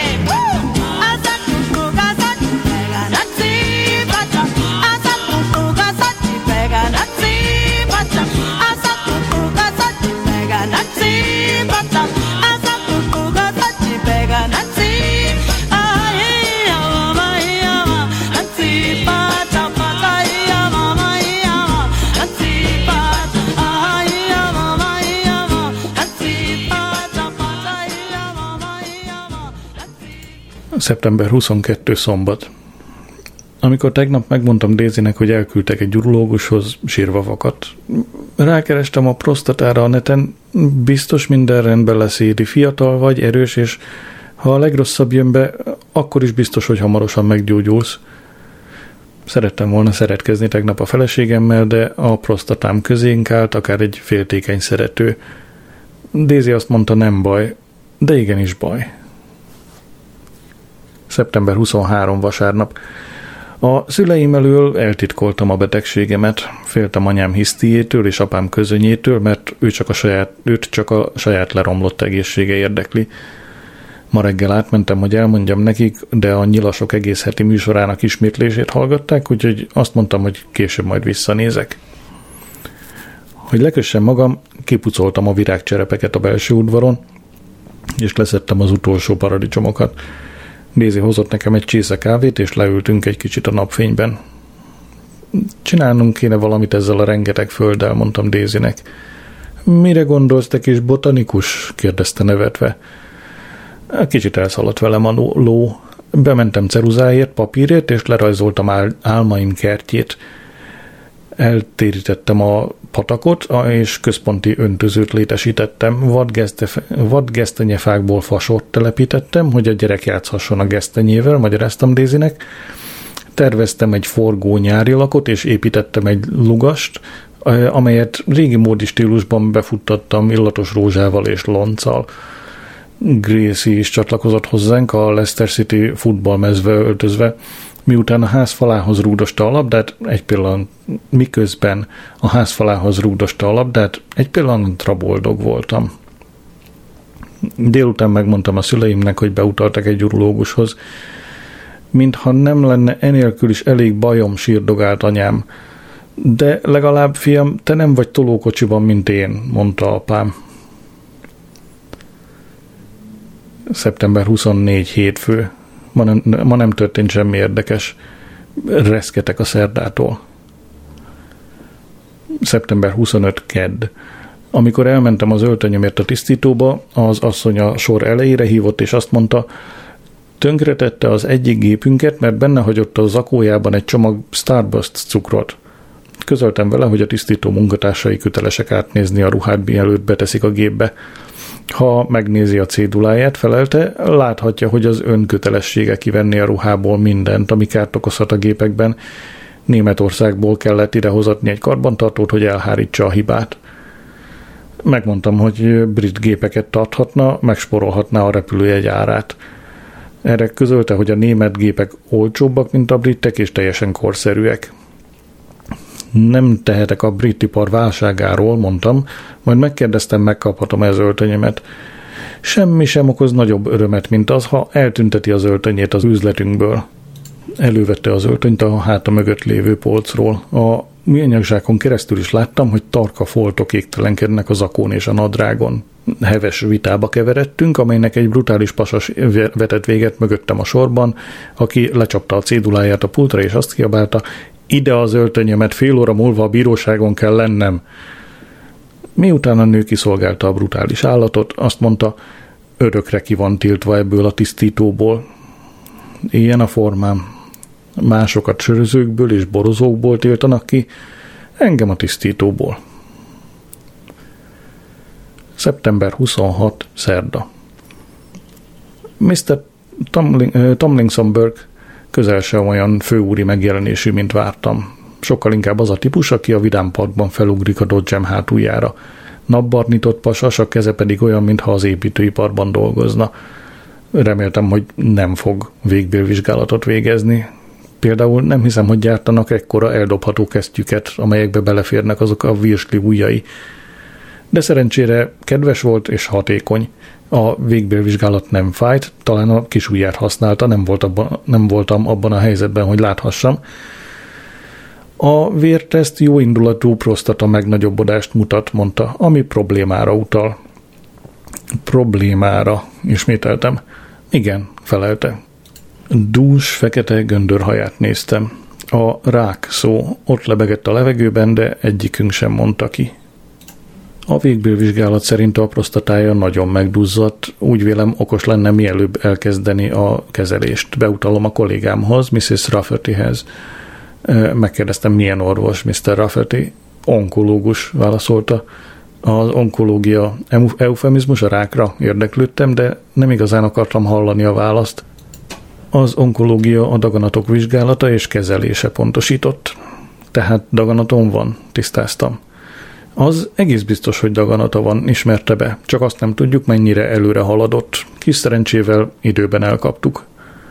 Szeptember 22. szombat. Amikor tegnap megmondtam Daisynek, hogy elküldtek egy urológushoz, sírva fakadt. Rákerestem a prostatára a neten, biztos minden rendben lesz, Édi. Fiatal vagy, erős, és ha a legrosszabb jön be, akkor is biztos, hogy hamarosan meggyógyulsz. Szerettem volna szeretkezni tegnap a feleségemmel, de a prostatám közénk állt, akár egy féltékeny szerető. Daisy azt mondta, nem baj, de igenis baj. Szeptember 23. vasárnap. A szüleim elől eltitkoltam a betegségemet. Féltem anyám hisztiétől és apám közönyétől, mert őt csak a saját leromlott egészsége érdekli. Ma reggel átmentem, hogy elmondjam nekik, de a Nyilasok egész heti műsorának ismétlését hallgatták, úgyhogy azt mondtam, hogy később majd visszanézek. Hogy lekössem magam, kipucoltam a virágcserepeket a belső udvaron, és leszettem az utolsó paradicsomokat. Daisy hozott nekem egy csésze kávét, és leültünk egy kicsit a napfényben. Csinálnunk kéne valamit ezzel a rengeteg földdel, mondtam Daisynek. Mire gondolsz, te kis botanikus? Kérdezte nevetve. Kicsit elszaladt velem a ló. Bementem ceruzáért, papírért, és lerajzoltam álmaim kertjét. Eltérítettem a patakot, és központi öntözőt létesítettem. Vadgesztenyefákból fasort telepítettem, hogy a gyerek játszhasson a gesztenyével, magyaráztam Daisynek. Terveztem egy forgó nyári lakot, és építettem egy lugast, amelyet régi módi stílusban befuttattam illatos rózsával és lonccal. Gracie is csatlakozott hozzánk a Leicester City futballmezve öltözve, miután a ház falához rúgdosta a labdát, miközben a ház falához rúgdosta a labdát, egy pillanatra boldog voltam. Délután megmondtam a szüleimnek, hogy beutaltak egy urológushoz. Mintha nem lenne enélkül is elég bajom, sírdogált anyám. De legalább, fiam, te nem vagy tolókocsiban, mint én, mondta apám. Szeptember 24. hétfő. Ma nem történt semmi érdekes. Reszketek a szerdától. Szeptember 25. kedd. Amikor elmentem az öltönyömért a tisztítóba, az asszony a sor elejére hívott, és azt mondta, tönkretette az egyik gépünket, mert benne hagyott a zakójában egy csomag Starburst cukrot. Közöltem vele, hogy a tisztító munkatársai kötelesek átnézni a ruhát, mielőtt beteszik a gépbe. Ha megnézi a céduláját, felelte, láthatja, hogy az önkötelessége kivenni a ruhából mindent, ami kárt okozhat a gépekben. Németországból kellett idehozatni egy karbantartót, hogy elhárítsa a hibát. Megmondtam, hogy brit gépeket tarthatna, megsporolhatná a repülőjegy árát. Erre közölte, hogy a német gépek olcsóbbak, mint a britek, és teljesen korszerűek. Nem tehetek a brit ipar válságáról, mondtam, majd megkérdeztem, megkaphatom-e az öltönyömet. Semmi sem okoz nagyobb örömet, mint az, ha eltünteti az öltönyét az üzletünkből. Elővette az öltönyt a háta mögött lévő polcról. A műanyagzsákon keresztül is láttam, hogy tarka foltok égtelenkednek a zakón és a nadrágon. Heves vitába keveredtünk, amelynek egy brutális pasas vetett véget mögöttem a sorban, aki lecsapta a céduláját a pultra, és azt kiabálta, ide az öltönyömet, fél óra múlva a bíróságon kell lennem. Miután a nő kiszolgálta a brutális állatot, azt mondta, örökre ki van tiltva ebből a tisztítóból. Ilyen a formám. Másokat sörözőkből és borozókból tiltanak ki, engem a tisztítóból. Szeptember 26. szerda. Mr. Tomlinson Burke közel sem olyan főúri megjelenésű, mint vártam. Sokkal inkább az a típus, aki a Vidám Parkban felugrik a Dodge-em hátuljára. Napbarnított pasas, a keze pedig olyan, mintha az építőiparban dolgozna. Reméltem, hogy nem fog végbélvizsgálatot végezni. Például nem hiszem, hogy gyártanak ekkora eldobható kesztyüket, amelyekbe beleférnek azok a virsli ujjai. De szerencsére kedves volt és hatékony. A végbélvizsgálat nem fájt, talán a kisujját használta, nem voltam abban a helyzetben, hogy láthassam. A vérteszt jóindulatú prostata megnagyobbodást mutat, mondta, ami problémára utal. Problémára, ismételtem. Igen, felelte. Dús, fekete göndörhaját néztem. A rák szó ott lebegett a levegőben, de egyikünk sem mondta ki. A végbélvizsgálat szerint a prostatája nagyon megduzzadt, úgy vélem okos lenne mielőbb elkezdeni a kezelést. Beutalom a kollégámhoz, Mrs. Raffertyhez. Megkérdeztem, milyen orvos, Mr. Rafferty? Onkológus, válaszolta. Az onkológia eufemizmus a rákra, érdeklődtem, de nem igazán akartam hallani a választ. Az onkológia a daganatok vizsgálata és kezelése, pontosított. Tehát daganatom van, tisztáztam. Az egész biztos, hogy daganata van, ismerte be, csak azt nem tudjuk, mennyire előre haladott. Kis szerencsével időben elkaptuk.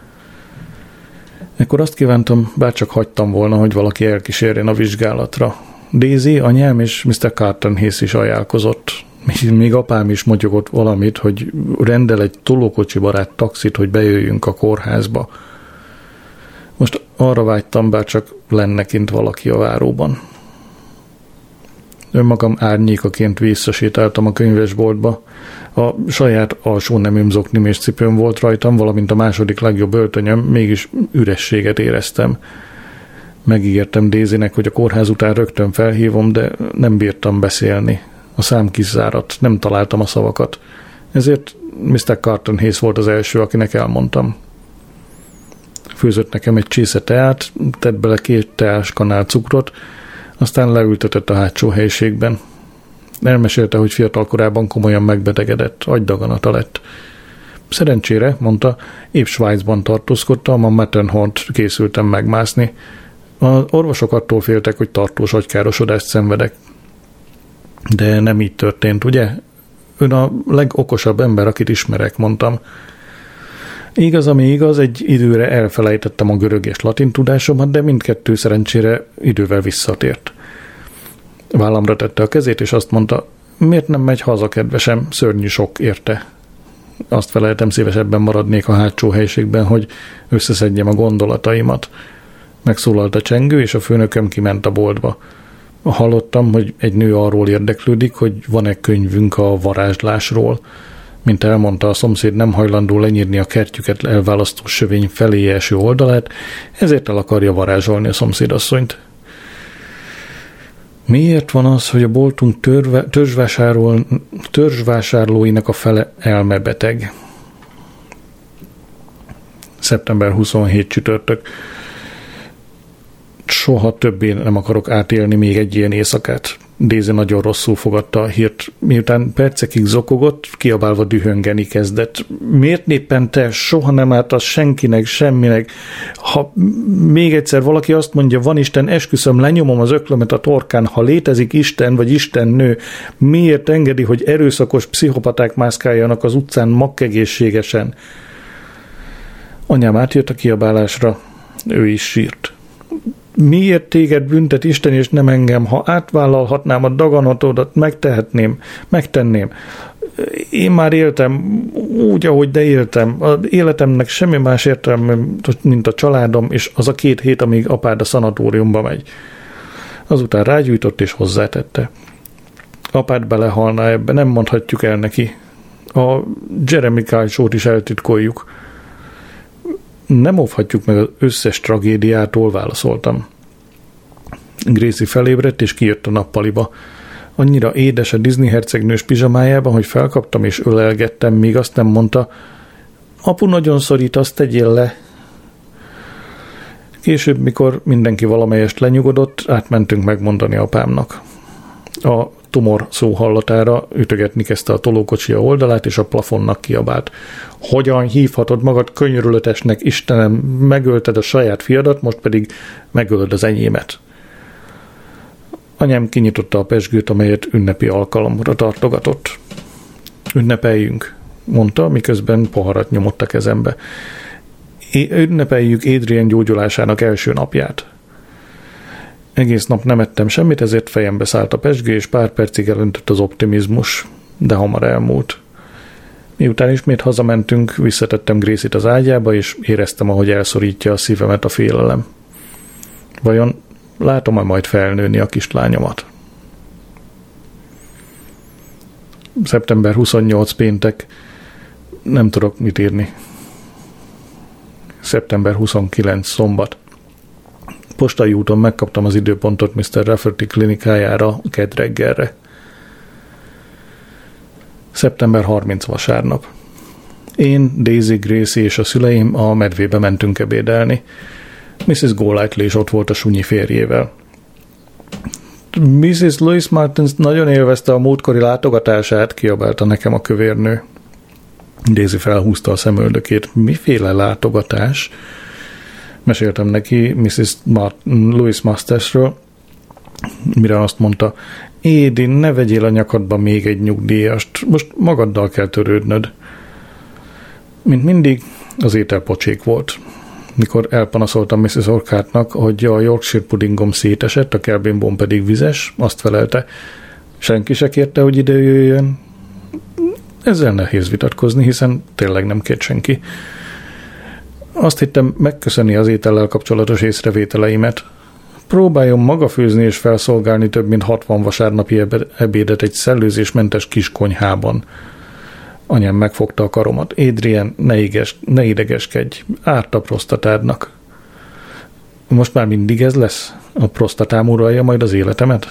Ekkor azt kívántam, bárcsak hagytam volna, hogy valaki elkísérjen a vizsgálatra. Daisy, anyám és Mr. Cartonhays is ajánlkozott. Még apám is motyogott valamit, hogy rendel egy tolókocsi barát taxit, hogy bejöjjünk a kórházba. Most arra vágytam, bárcsak lenne kint valaki a váróban. Önmagam árnyékaként visszasétáltam a könyvesboltba. A saját alsó neműm zoknim és cipőm volt rajtam, valamint a második legjobb öltönyöm, mégis ürességet éreztem. Megígértem Daisynek, hogy a kórház után rögtön felhívom, de nem bírtam beszélni. A szám kizáradt, nem találtam a szavakat. Ezért Mr. Cartonhays volt az első, akinek elmondtam. Főzött nekem egy csésze teát, tett bele 2 teáskanál cukrot, aztán leültetett a hátsó helyiségben. Elmesélte, hogy fiatalkorában komolyan megbetegedett, agydaganata lett. Szerencsére, mondta, épp Svájcban tartózkodtam, a Matterhornt készültem megmászni. Az orvosok attól féltek, hogy tartós agykárosodást szenvedek. De nem így történt, ugye? Ön a legokosabb ember, akit ismerek, mondtam. Igaz, ami igaz, egy időre elfelejtettem a görög és latin tudásomat, de mindkettő szerencsére idővel visszatért. Vállamra tette a kezét, és azt mondta, miért nem megy haza, kedvesem, szörnyű sok érte. Azt feleltem, szívesebben maradnék a hátsó helyiségben, hogy összeszedjem a gondolataimat. Megszólalt a csengő, és a főnököm kiment a boltba. Hallottam, hogy egy nő arról érdeklődik, hogy van-e könyvünk a varázslásról. Mint elmondta, a szomszéd nem hajlandó lenyírni a kertjüket elválasztó sövény felé eső oldalát, ezért el akarja varázsolni a szomszédasszonyt. Miért van az, hogy a boltunk törzsvásárlóinak a fele elmebeteg? Szeptember 27 csütörtök. Soha többé nem akarok átélni még egy ilyen éjszakát. Daisy nagyon rosszul fogadta a hírt. Miután percekig zokogott, kiabálva dühöngeni kezdett. Miért éppen te? Soha nem ártasz senkinek, semminek. Ha még egyszer valaki azt mondja, van Isten, esküszöm, lenyomom az öklömet a torkán, ha létezik Isten vagy Istennő, miért engedi, hogy erőszakos pszichopaták mászkáljanak az utcán makkegészségesen? Anyám átjött a kiabálásra, ő is sírt. Miért téged büntet Isten, és nem engem? Ha átvállalhatnám a daganatodat, megtenném. Én már éltem úgy, ahogy de éltem. Az életemnek semmi más értelme, mint a családom, és az a 2 hét, amíg apád a szanatóriumba megy. Azután rágyújtott, és hozzátette. Apád belehalna ebbe, nem mondhatjuk el neki. A Jeremy Kyle show-t is eltitkoljuk. Nem óvhatjuk meg az összes tragédiától, válaszoltam. Gracie felébredt, és kijött a nappaliba. Annyira édes a Disney hercegnős pizsamájában, hogy felkaptam és ölelgettem, míg azt nem mondta, apu nagyon szorít, azt tegyél le. Később, mikor mindenki valamelyest lenyugodott, átmentünk megmondani apámnak. A tumor szó hallatára ütögetni kezdte a tolókocsia oldalát, és a plafonnak kiabált. Hogyan hívhatod magad könyörületesnek, Istenem, megölted a saját fiadat, most pedig megölöd az enyémet. Anyám kinyitotta a pezsgőt, amelyet ünnepi alkalomra tartogatott. Ünnepeljünk, mondta, miközben poharat nyomott a kezembe. Ünnepeljük Adrian gyógyulásának első napját. Egész nap nem ettem semmit, ezért fejembe szállt a pezsgő, és pár percig elöntött az optimizmus, de hamar elmúlt. Miután ismét hazamentünk, visszatettem Gracie-t az ágyába, és éreztem, ahogy elszorítja a szívemet a félelem. Vajon látom-e majd felnőni a kislányomat? Szeptember 28 péntek, nem tudok mit írni. Szeptember 29 szombat. Postai úton megkaptam az időpontot Mr. Rafferty klinikájára kedd reggelre. Szeptember 30 vasárnap. Én, Daisy, Gracie és a szüleim a medvébe mentünk ebédelni. Mrs. Golightly is ott volt a sunyi férjével. Mrs. Louis Martins nagyon élvezte a múltkori látogatását, kiabálta nekem a kövérnő. Daisy felhúzta a szemöldökét. Miféle látogatás? Meséltem neki Mrs. Louis Mastersről, mire azt mondta, Édi, ne vegyél a nyakadba még egy nyugdíjast, most magaddal kell törődnöd. Mint mindig, az étel pocsék volt. Mikor elpanaszoltam Mrs. Orcartnak, hogy a Yorkshire pudingom szétesett, a kelbimbom pedig vizes, azt felelte, senki se kérte, hogy ide jöjjön. Ezzel nehéz vitatkozni, hiszen tényleg nem kért senki. Azt hittem megköszöni az étellel kapcsolatos észrevételeimet. Próbáljon maga főzni és felszolgálni több mint 60 vasárnapi ebédet egy szellőzésmentes kis konyhában. Anyám megfogta a karomat. Adrian, ne idegeskedj, árt a prostatádnak. Most már mindig ez lesz? A prostatám uralja majd az életemet?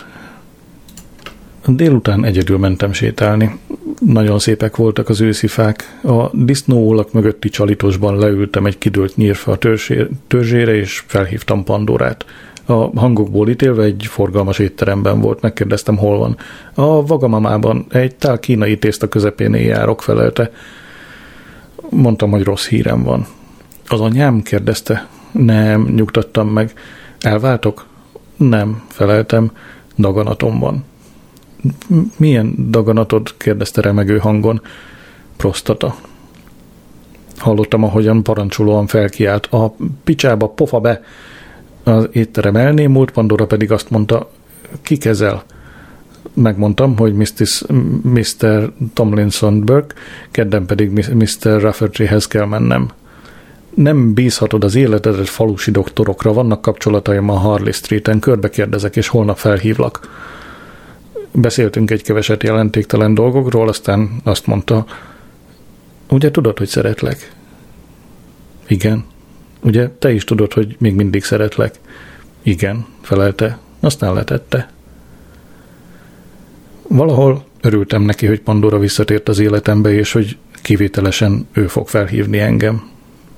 Délután egyedül mentem sétálni. Nagyon szépek voltak az őszi fák. A disznóólak mögötti csalitosban leültem egy kidőlt nyírfa a törzsére, és felhívtam Pandorát. A hangokból ítélve egy forgalmas étteremben volt, megkérdeztem, hol van. A Vagamamában, egy tál kínai tészta közepénél járok, felelte. Mondtam, hogy rossz hírem van. Az anyám? Kérdezte. Nem, nyugtattam meg. Elváltok? Nem, feleltem. Daganatom van. Milyen daganatod? Kérdezte remegő hangon. Prostata. Hallottam, ahogyan parancsolóan felkiált. A picsába, pofa be! Az étterem elnémult, Pandora pedig azt mondta, ki kezel? Megmondtam, hogy Mr. Tomlinson Burke, kedden pedig Mr. Raffertyhez kell mennem. Nem bízhatod az életedet falusi doktorokra, vannak kapcsolataim a Harley Streeten, körbe kérdezek, és holnap felhívlak. Beszéltünk egy keveset jelentéktelen dolgokról, aztán azt mondta, ugye tudod, hogy szeretlek? Igen. Ugye te is tudod, hogy még mindig szeretlek? Igen, felelte, aztán letette. Valahol örültem neki, hogy Pandora visszatért az életembe, és hogy kivételesen ő fog felhívni engem.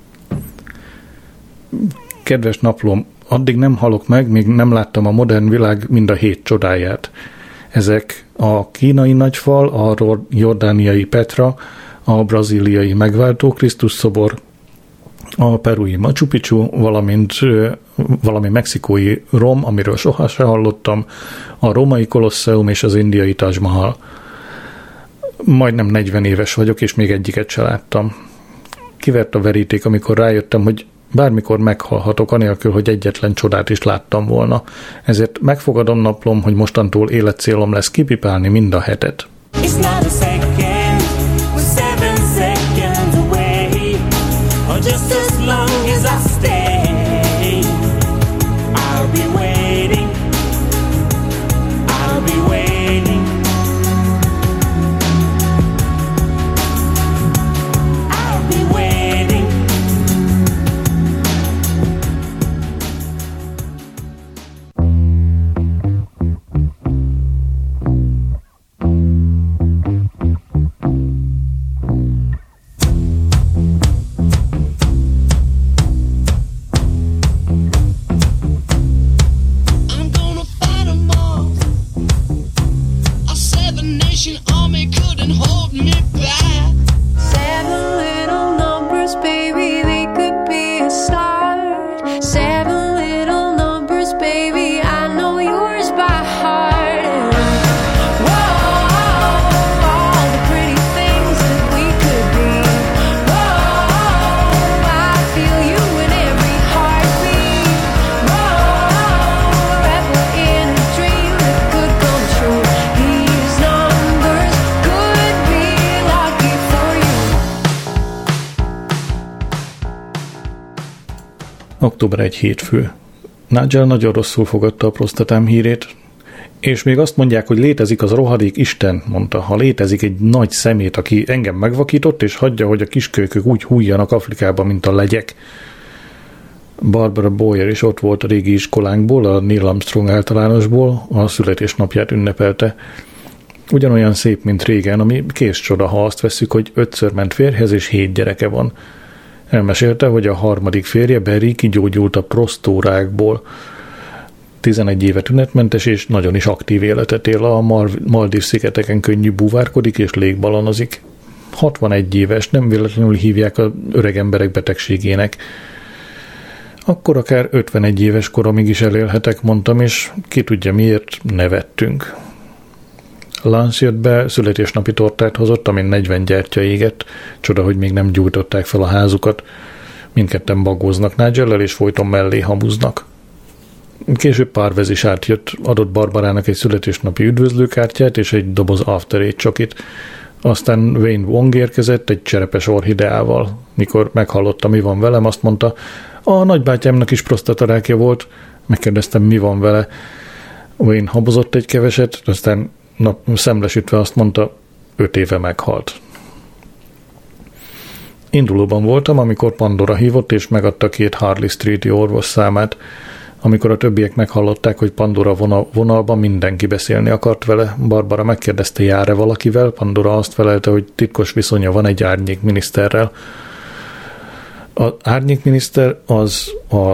Kedves naplóm, addig nem halok meg, míg nem láttam a modern világ mind a 7 csodáját. Ezek a kínai nagyfal, a jordániai Petra, a brazíliai megváltó Krisztus szobor, a perui Machu Picchu, valamint valami mexikói rom, amiről soha se hallottam, a római kolosseum és az indiai Taj Mahal. Majdnem 40 éves vagyok, és még egyiket se láttam. Kivert a veríték, amikor rájöttem, hogy bármikor meghalhatok, anélkül, hogy egyetlen csodát is láttam volna. Ezért megfogadom, naplom, hogy mostantól életcélom lesz kipipálni mind a hetet. Just as long as I stay, I'll be waiting, I'll be waiting, I'll be waiting. Október 1 hétfő. Nigel nagyon rosszul fogadta a prostatám hírét, és még azt mondják, hogy létezik az rohadék Isten, mondta, ha létezik egy nagy szemét, aki engem megvakított, és hagyja, hogy a kiskölykök úgy hújjanak Afrikába, mint a legyek. Barbara Boyer is ott volt a régi iskolánkból, a Neil Armstrong általánosból, a születésnapját ünnepelte. Ugyanolyan szép, mint régen, ami kész csoda, ha azt vesszük, hogy 5-ször ment férjhez, és 7 gyereke van. Elmesélte, hogy a harmadik férje, Barry, kigyógyult a prostórákból. 11 éve tünetmentes, és nagyon is aktív életet él, a Maldív-szigeteken könnyű búvárkodik és légbalonozik. 61 éves, nem véletlenül hívják az öreg emberek betegségének. Akkor akár 51 éves koromig is elélhetek, mondtam, és ki tudja miért, nevettünk. Lance jött be, születésnapi tortát hozott, amin 40 gyertya égett. Csoda, hogy még nem gyújtották fel a házukat. Mindketten bagóznak Nigellel, és folyton mellé hamuznak. Később Párvez is átjött, adott Barbarának egy születésnapi üdvözlőkártyát és egy doboz After Eight csokit. Aztán Wayne Wong érkezett egy cserepes orhideával. Mikor meghallotta, mi van velem, azt mondta, a nagybátyámnak is prostatarákja volt. Megkérdeztem, mi van vele. Wayne habozott egy keveset, aztán szemlesütve azt mondta, 5 éve meghalt. Indulóban voltam, amikor Pandora hívott, és megadta 2 Harley Street-i orvos számát. Amikor a többiek meghallották, hogy Pandora vonalban, mindenki beszélni akart vele. Barbara megkérdezte, jár-e valakivel. Pandora azt felelte, hogy titkos viszonya van egy árnyékminiszterrel. Az árnyékminiszter az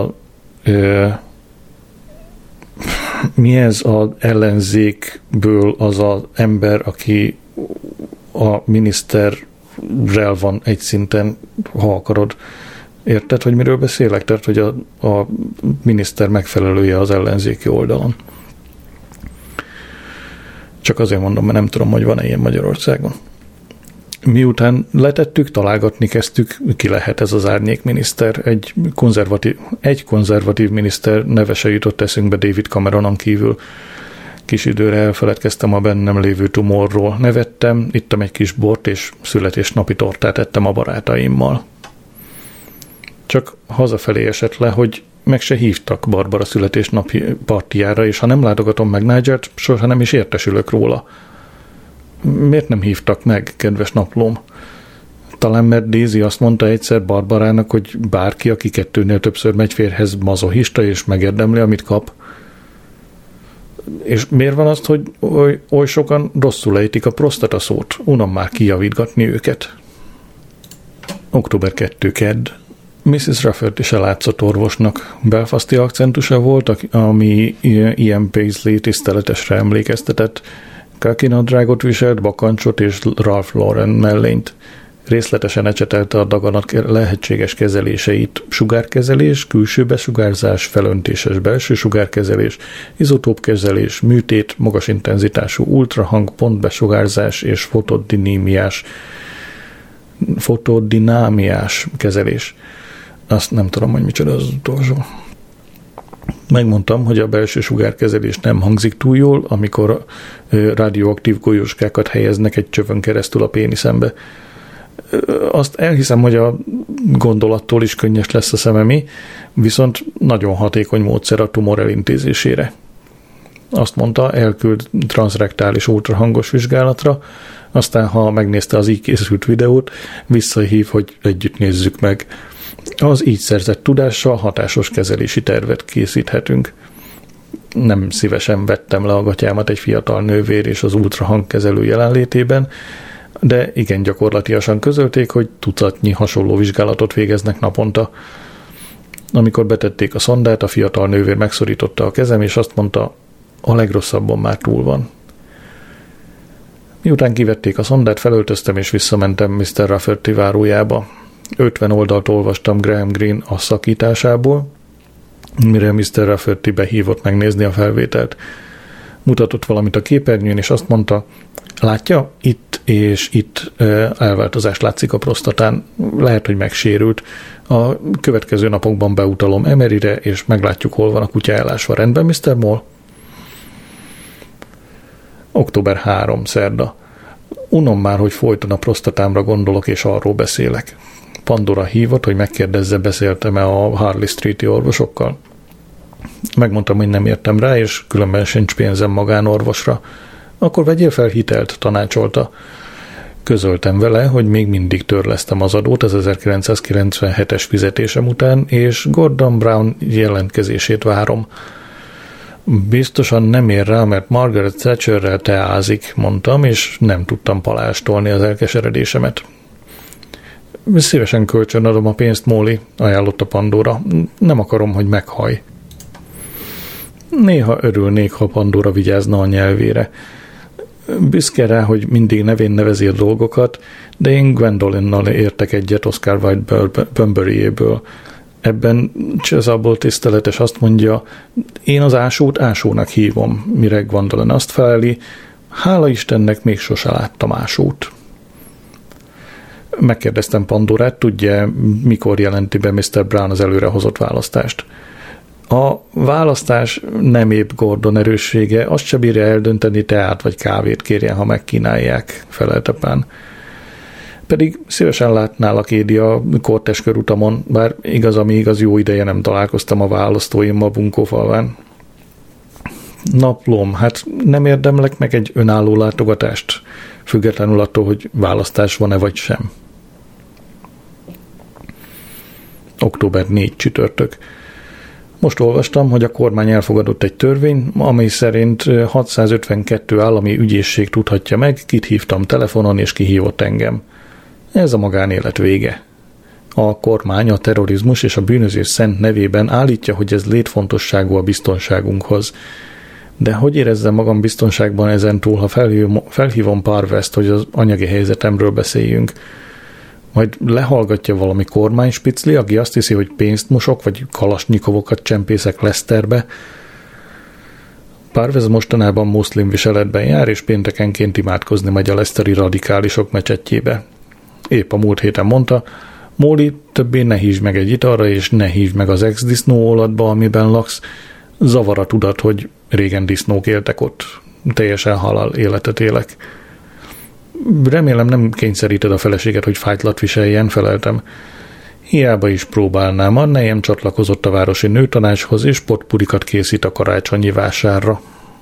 mi ez az ellenzékből az az ember, aki a miniszterrel van egy szinten, ha akarod. Érted, hogy miről beszélek? Tehát, hogy a miniszter megfelelője az ellenzéki oldalon. Csak azért mondom, mert nem tudom, hogy van-e ilyen Magyarországon. Miután letettük, találgatni kezdtük, ki lehet ez az árnyékminiszter. Egy konzervatív miniszter neve se jutott eszünkbe David Cameronon kívül. Kis időre elfeledkeztem a bennem lévő tumorról. Nevettem, ittam egy kis bort, és születésnapi tortát ettem a barátaimmal. Csak hazafelé esett le, hogy meg se hívtak Barbara születésnapi partijára, és ha nem látogatom meg Nigelt, soha nem is értesülök róla. Miért nem hívtak meg, kedves naplóm? Talán mert Daisy azt mondta egyszer Barbarának, hogy bárki, aki 2-nél többször megy férjhez, mazochista, és megérdemli, amit kap. És miért van azt, hogy oly sokan rosszul ejtik a prostata szót? Unom már kijavítgatni őket. Október 2. kedd. Mrs. Rafferty se látszott orvosnak. Belfasti akcentusa volt, ami Ian Paisley tiszteletesre emlékeztetett. Kakinadrágot viselt, bakancsot és Ralph Lauren mellényt. Részletesen ecsetelte a daganat lehetséges kezeléseit. Sugárkezelés, külső besugárzás, felöntéses belső sugárkezelés, izotópkezelés, műtét, magas intenzitású ultrahang, pontbesugárzás és fotodinámiás kezelés. Azt nem tudom, hogy micsoda az utolsó. Megmondtam, hogy a belső sugárkezelés nem hangzik túl jól, amikor radioaktív golyóskákat helyeznek egy csövön keresztül a péniszembe. Azt elhiszem, hogy a gondolattól is könnyes lesz a szememi, viszont nagyon hatékony módszer a tumor elintézésére. Azt mondta, elküld transzrektális ultrahangos vizsgálatra, aztán, ha megnézte az így készült videót, visszahív, hogy együtt nézzük meg. Az így szerzett tudással hatásos kezelési tervet készíthetünk. Nem szívesen vettem le a gatyámat egy fiatal nővér és az ultrahangkezelő jelenlétében, de igen gyakorlatiasan közölték, hogy tucatnyi hasonló vizsgálatot végeznek naponta. Amikor betették a szondát, a fiatal nővér megszorította a kezem, és azt mondta, a legrosszabban már túl van. Miután kivették a szondát, felöltöztem és visszamentem Mr. Rafferty várójába. 50 oldalt olvastam Graham Greene a szakításából, mire Mr. Rafferty behívott megnézni a felvételt. Mutatott valamit a képernyőn, és azt mondta, látja, itt és itt elváltozás látszik a prostatán, lehet, hogy megsérült. A következő napokban beutalom Emeryre, és meglátjuk, hol van a kutya ellásva. Rendben, Mr. Moll? Október 3. szerda. Unom már, hogy folyton a prostatámra gondolok, és arról beszélek. Pandora hívott, hogy megkérdezze, beszéltem-e a Harley Street-i orvosokkal. Megmondtam, hogy nem értem rá, és különben sincs pénzem magánorvosra. Akkor vegyél fel hitelt, tanácsolta. Közöltem vele, hogy még mindig törlesztem az adót az 1997-es fizetésem után, és Gordon Brown jelentkezését várom. Biztosan nem ér rá, mert Margaret Thatcherrel teázik, mondtam, és nem tudtam palástolni az elkeseredésémet. Szívesen kölcsönadom a pénzt, Molly, ajánlotta Pandora. Nem akarom, hogy meghaj. Néha örülnék, ha Pandora vigyázna a nyelvére. Büszke rá, hogy mindig nevén nevezi a dolgokat, de én Gwendolyn-nal értek egyet Oscar Wilde Bunbury-éből. Ebben Csezából tiszteletes azt mondja, én az ásót ásónak hívom, mire Gwendolyn azt feleli, hála Istennek még sose láttam ásót. Megkérdeztem Pandorát, tudja, mikor jelenti be Mr. Brown az előrehozott választást. A választás nem épp Gordon erőssége, azt se bírja eldönteni, teát vagy kávét kérjen, ha megkínálják, felelte Pán. Pedig szívesen látnálak, Édi, a Kortes körutamon, bár igaz, ami igaz, jó ideje nem találkoztam a választóimmal Bunkófalván. Naplom, hát nem érdemlek meg egy önálló látogatást, függetlenül attól, hogy választás van-e vagy sem. Október 4 csütörtök. Most olvastam, hogy a kormány elfogadott egy törvény, amely szerint 652 állami ügyészség tudhatja meg, kit hívtam telefonon és ki hívott engem. Ez a magánélet vége. A kormány a terrorizmus és a bűnözés szent nevében állítja, hogy ez létfontosságú a biztonságunkhoz. De hogy érezzem magam biztonságban ezentúl, ha felhívom Parvest, hogy az anyagi helyzetemről beszéljünk? Majd lehallgatja valami kormányspicli, aki azt hiszi, hogy pénzt mosok, vagy kalasnyikovokat csempészek Leicesterbe. Parvez mostanában muszlim viseletben jár, és péntekenként imádkozni megy a leicesteri radikálisok mecsetjébe. Épp a múlt héten mondta, Molly, többé ne hívd meg egy italra, és ne hívd meg az ex-disznóolatba, amiben laksz. Zavar a tudat, hogy régen disznók éltek ott. Teljesen halál életet élek. Remélem nem kényszeríted a feleséget, hogy fájtlat viseljen, feleltem. Hiába is próbálnám, a nejem csatlakozott a városi nőtanácshoz, és potpurikat készít a karácsonyi vásárra.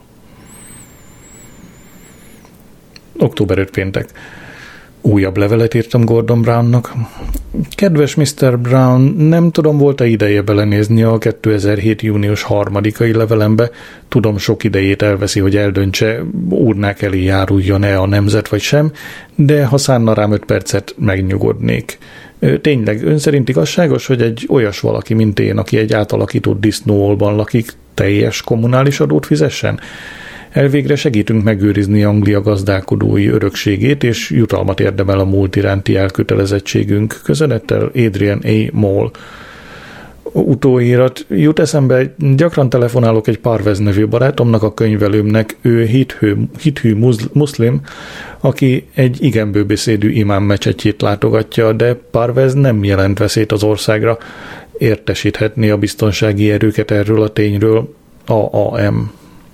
Október 5 péntek. Újabb levelet írtam Gordon Brownnak. Kedves Mr. Brown, nem tudom, volt-e ideje belenézni a 2007. június 3-ai levelembe. Tudom, sok idejét elveszi, hogy eldöntse, úrnák elé járuljon-e a nemzet vagy sem, de ha szánna rám 5 percet, megnyugodnék. Tényleg, ön szerint igazságos, hogy egy olyas valaki, mint én, aki egy átalakított disznóolban lakik, teljes kommunális adót fizessen? Elvégre segítünk megőrizni Anglia gazdálkodói örökségét, és jutalmat érdemel a múlt iránti elkötelezettségünk. Köszönettel Adrian A. Moll. Utóírat. Jut eszembe, gyakran telefonálok egy Parvez nevű barátomnak, a könyvelőmnek, ő hithű muszlim, aki egy igen bőbeszédű imám mecsetjét látogatja, de Parvez nem jelent veszélyt az országra. Értesíthetné a biztonsági erőket erről a tényről. AAM.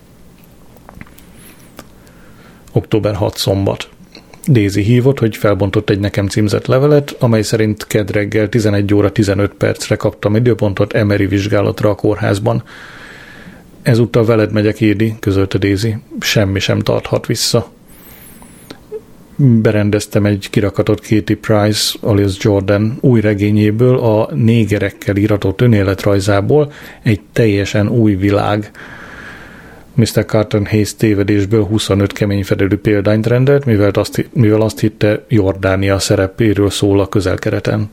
Október 6 szombat. Daisy hívott, hogy felbontott egy nekem címzett levelet, amely szerint kedd reggel 11 óra 15 percre kaptam időpontot Emery vizsgálatra a kórházban. Ezúttal veled megyek, Édi, közölte Daisy. Semmi sem tarthat vissza. Berendeztem egy kirakatot Katie Price, alias Jordan új regényéből, a négerekkel íratott önéletrajzából, egy teljesen új világ. Mr. Carton Hayes tévedésből 25 keményfedelű példányt rendelt, mivel azt hitte, Jordánia szerepéről szól a közelkereten.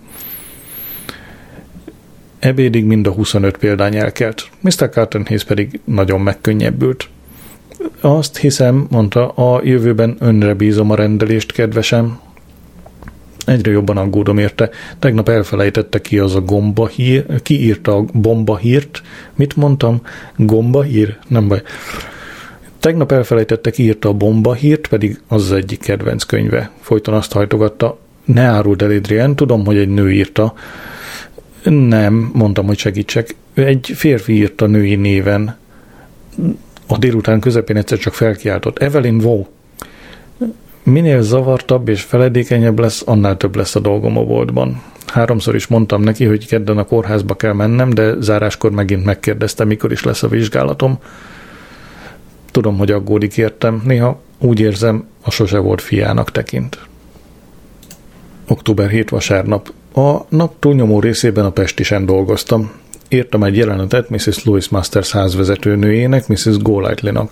Ebédig mind a 25 példány elkelt. Mr. Carton Hayes pedig nagyon megkönnyebbült. Azt hiszem, mondta, a jövőben önre bízom a rendelést, kedvesem. Egyre jobban aggódom érte. Tegnap elfelejtette ki az a gombahír. Ki írta a bombahírt? Mit mondtam? Gombahír? Nem baj. Tegnap elfelejtette, ki írta a bombahírt, pedig az egyik kedvenc könyve. Folyton azt hajtogatta. Ne áruld el, Adrian, tudom, hogy egy nő írta. Nem, mondtam, hogy segítsek. Egy férfi írta női néven. A délután közepén egyszer csak felkiáltott. Evelyn Waugh. Minél zavartabb és feledékenyebb lesz, annál több lesz a dolgom a boltban. 3-szor is mondtam neki, hogy kedden a kórházba kell mennem, de záráskor megint megkérdezte, mikor is lesz a vizsgálatom. Tudom, hogy aggódik értem, néha úgy érzem, a sose volt fiának tekint. Október 7 vasárnap. A nap túlnyomó részében a Pestisen dolgoztam. Írtam egy jelenetet Mrs. Louis Masters házvezetőnőjének, Mrs. Golightly-nak.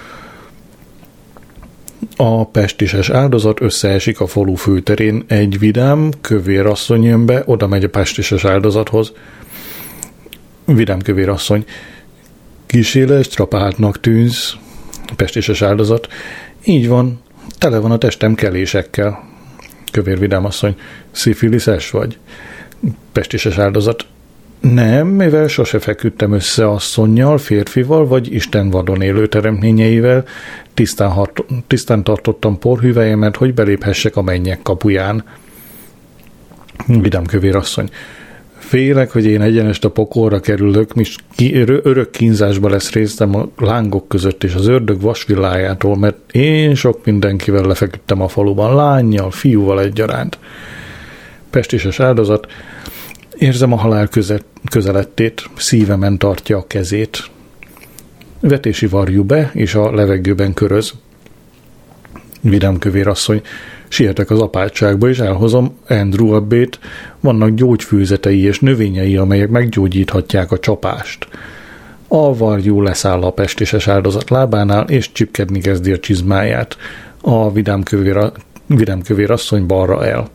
A pestises áldozat összeesik a falu főterén, egy vidám, kövér asszony jön be, oda megy a pestises áldozathoz. Vidám kövér asszony. Kíséles, trapáltnak tűnsz. Pestises áldozat. Így van, tele van a testem kelésekkel. Kövér vidám asszony. Szifiliszes vagy? Pestises áldozat. Nem, mivel sose feküdtem össze asszonnyal, férfival, vagy Isten vadon élő teremtményeivel, tisztán tartottam porhüvelyemet, hogy beléphessek a mennyek kapuján. Vidám kövér asszony. Félek, hogy én egyenest a pokolra kerülök, örök kínzásba lesz résztem a lángok között és az ördög vasvillájától, mert én sok mindenkivel lefeküdtem a faluban, lánnyal, fiúval egyaránt. Pestises áldozat. Érzem a halál közelettét, szívemen tartja a kezét. Vetési varjú be, és a levegőben köröz. Vidám kövér asszony. Sietek az apátságba, és elhozom Andrew abbét. Vannak gyógyfőzetei és növényei, amelyek meggyógyíthatják a csapást. A varjú leszáll a pestises áldozat lábánál, és csipkedni kezdi a csizmáját. A vidám kövér asszony balra el.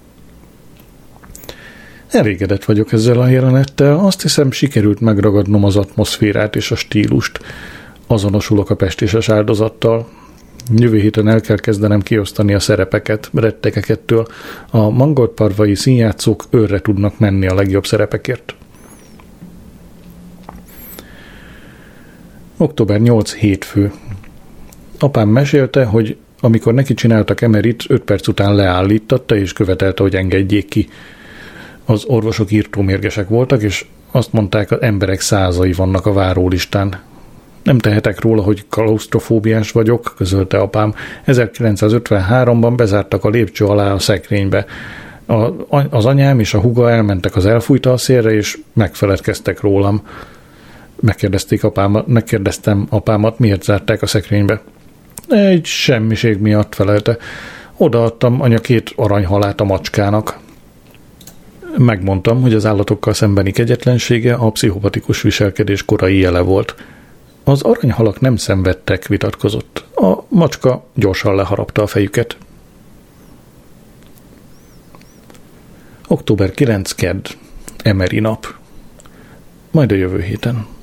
Elégedett vagyok ezzel a jelenettel, azt hiszem sikerült megragadnom az atmoszférát és a stílust. Azonosulok a pestises áldozattal. Jövő héten el kell kezdenem kiosztani a szerepeket, rettegekettől. A mangoltparvai színjátszók őrre tudnak menni a legjobb szerepekért. Október 8 hétfő. Apám mesélte, hogy amikor neki csináltak emerit, 5 perc után leállítatta és követelte, hogy engedjék ki. Az orvosok írtómérgesek voltak, és azt mondták, az emberek százai vannak a várólistán. Nem tehetek róla, hogy klausztrofóbiás vagyok, közölte apám. 1953-ban bezártak a lépcső alá a szekrénybe. Az anyám és a húga elmentek az elfújta a szélre, és megfeledkeztek rólam. Megkérdeztem apámat, miért zárták a szekrénybe. Egy semmiség miatt, felelte. Odaadtam anya 2 aranyhalát a macskának. Megmondtam, hogy az állatokkal szembeni kegyetlensége a pszichopatikus viselkedés korai jele volt. Az aranyhalak nem szenvedtek, vitatkozott. A macska gyorsan leharapta a fejüket. Október 9 kedd. Emery nap. Majd a jövő héten.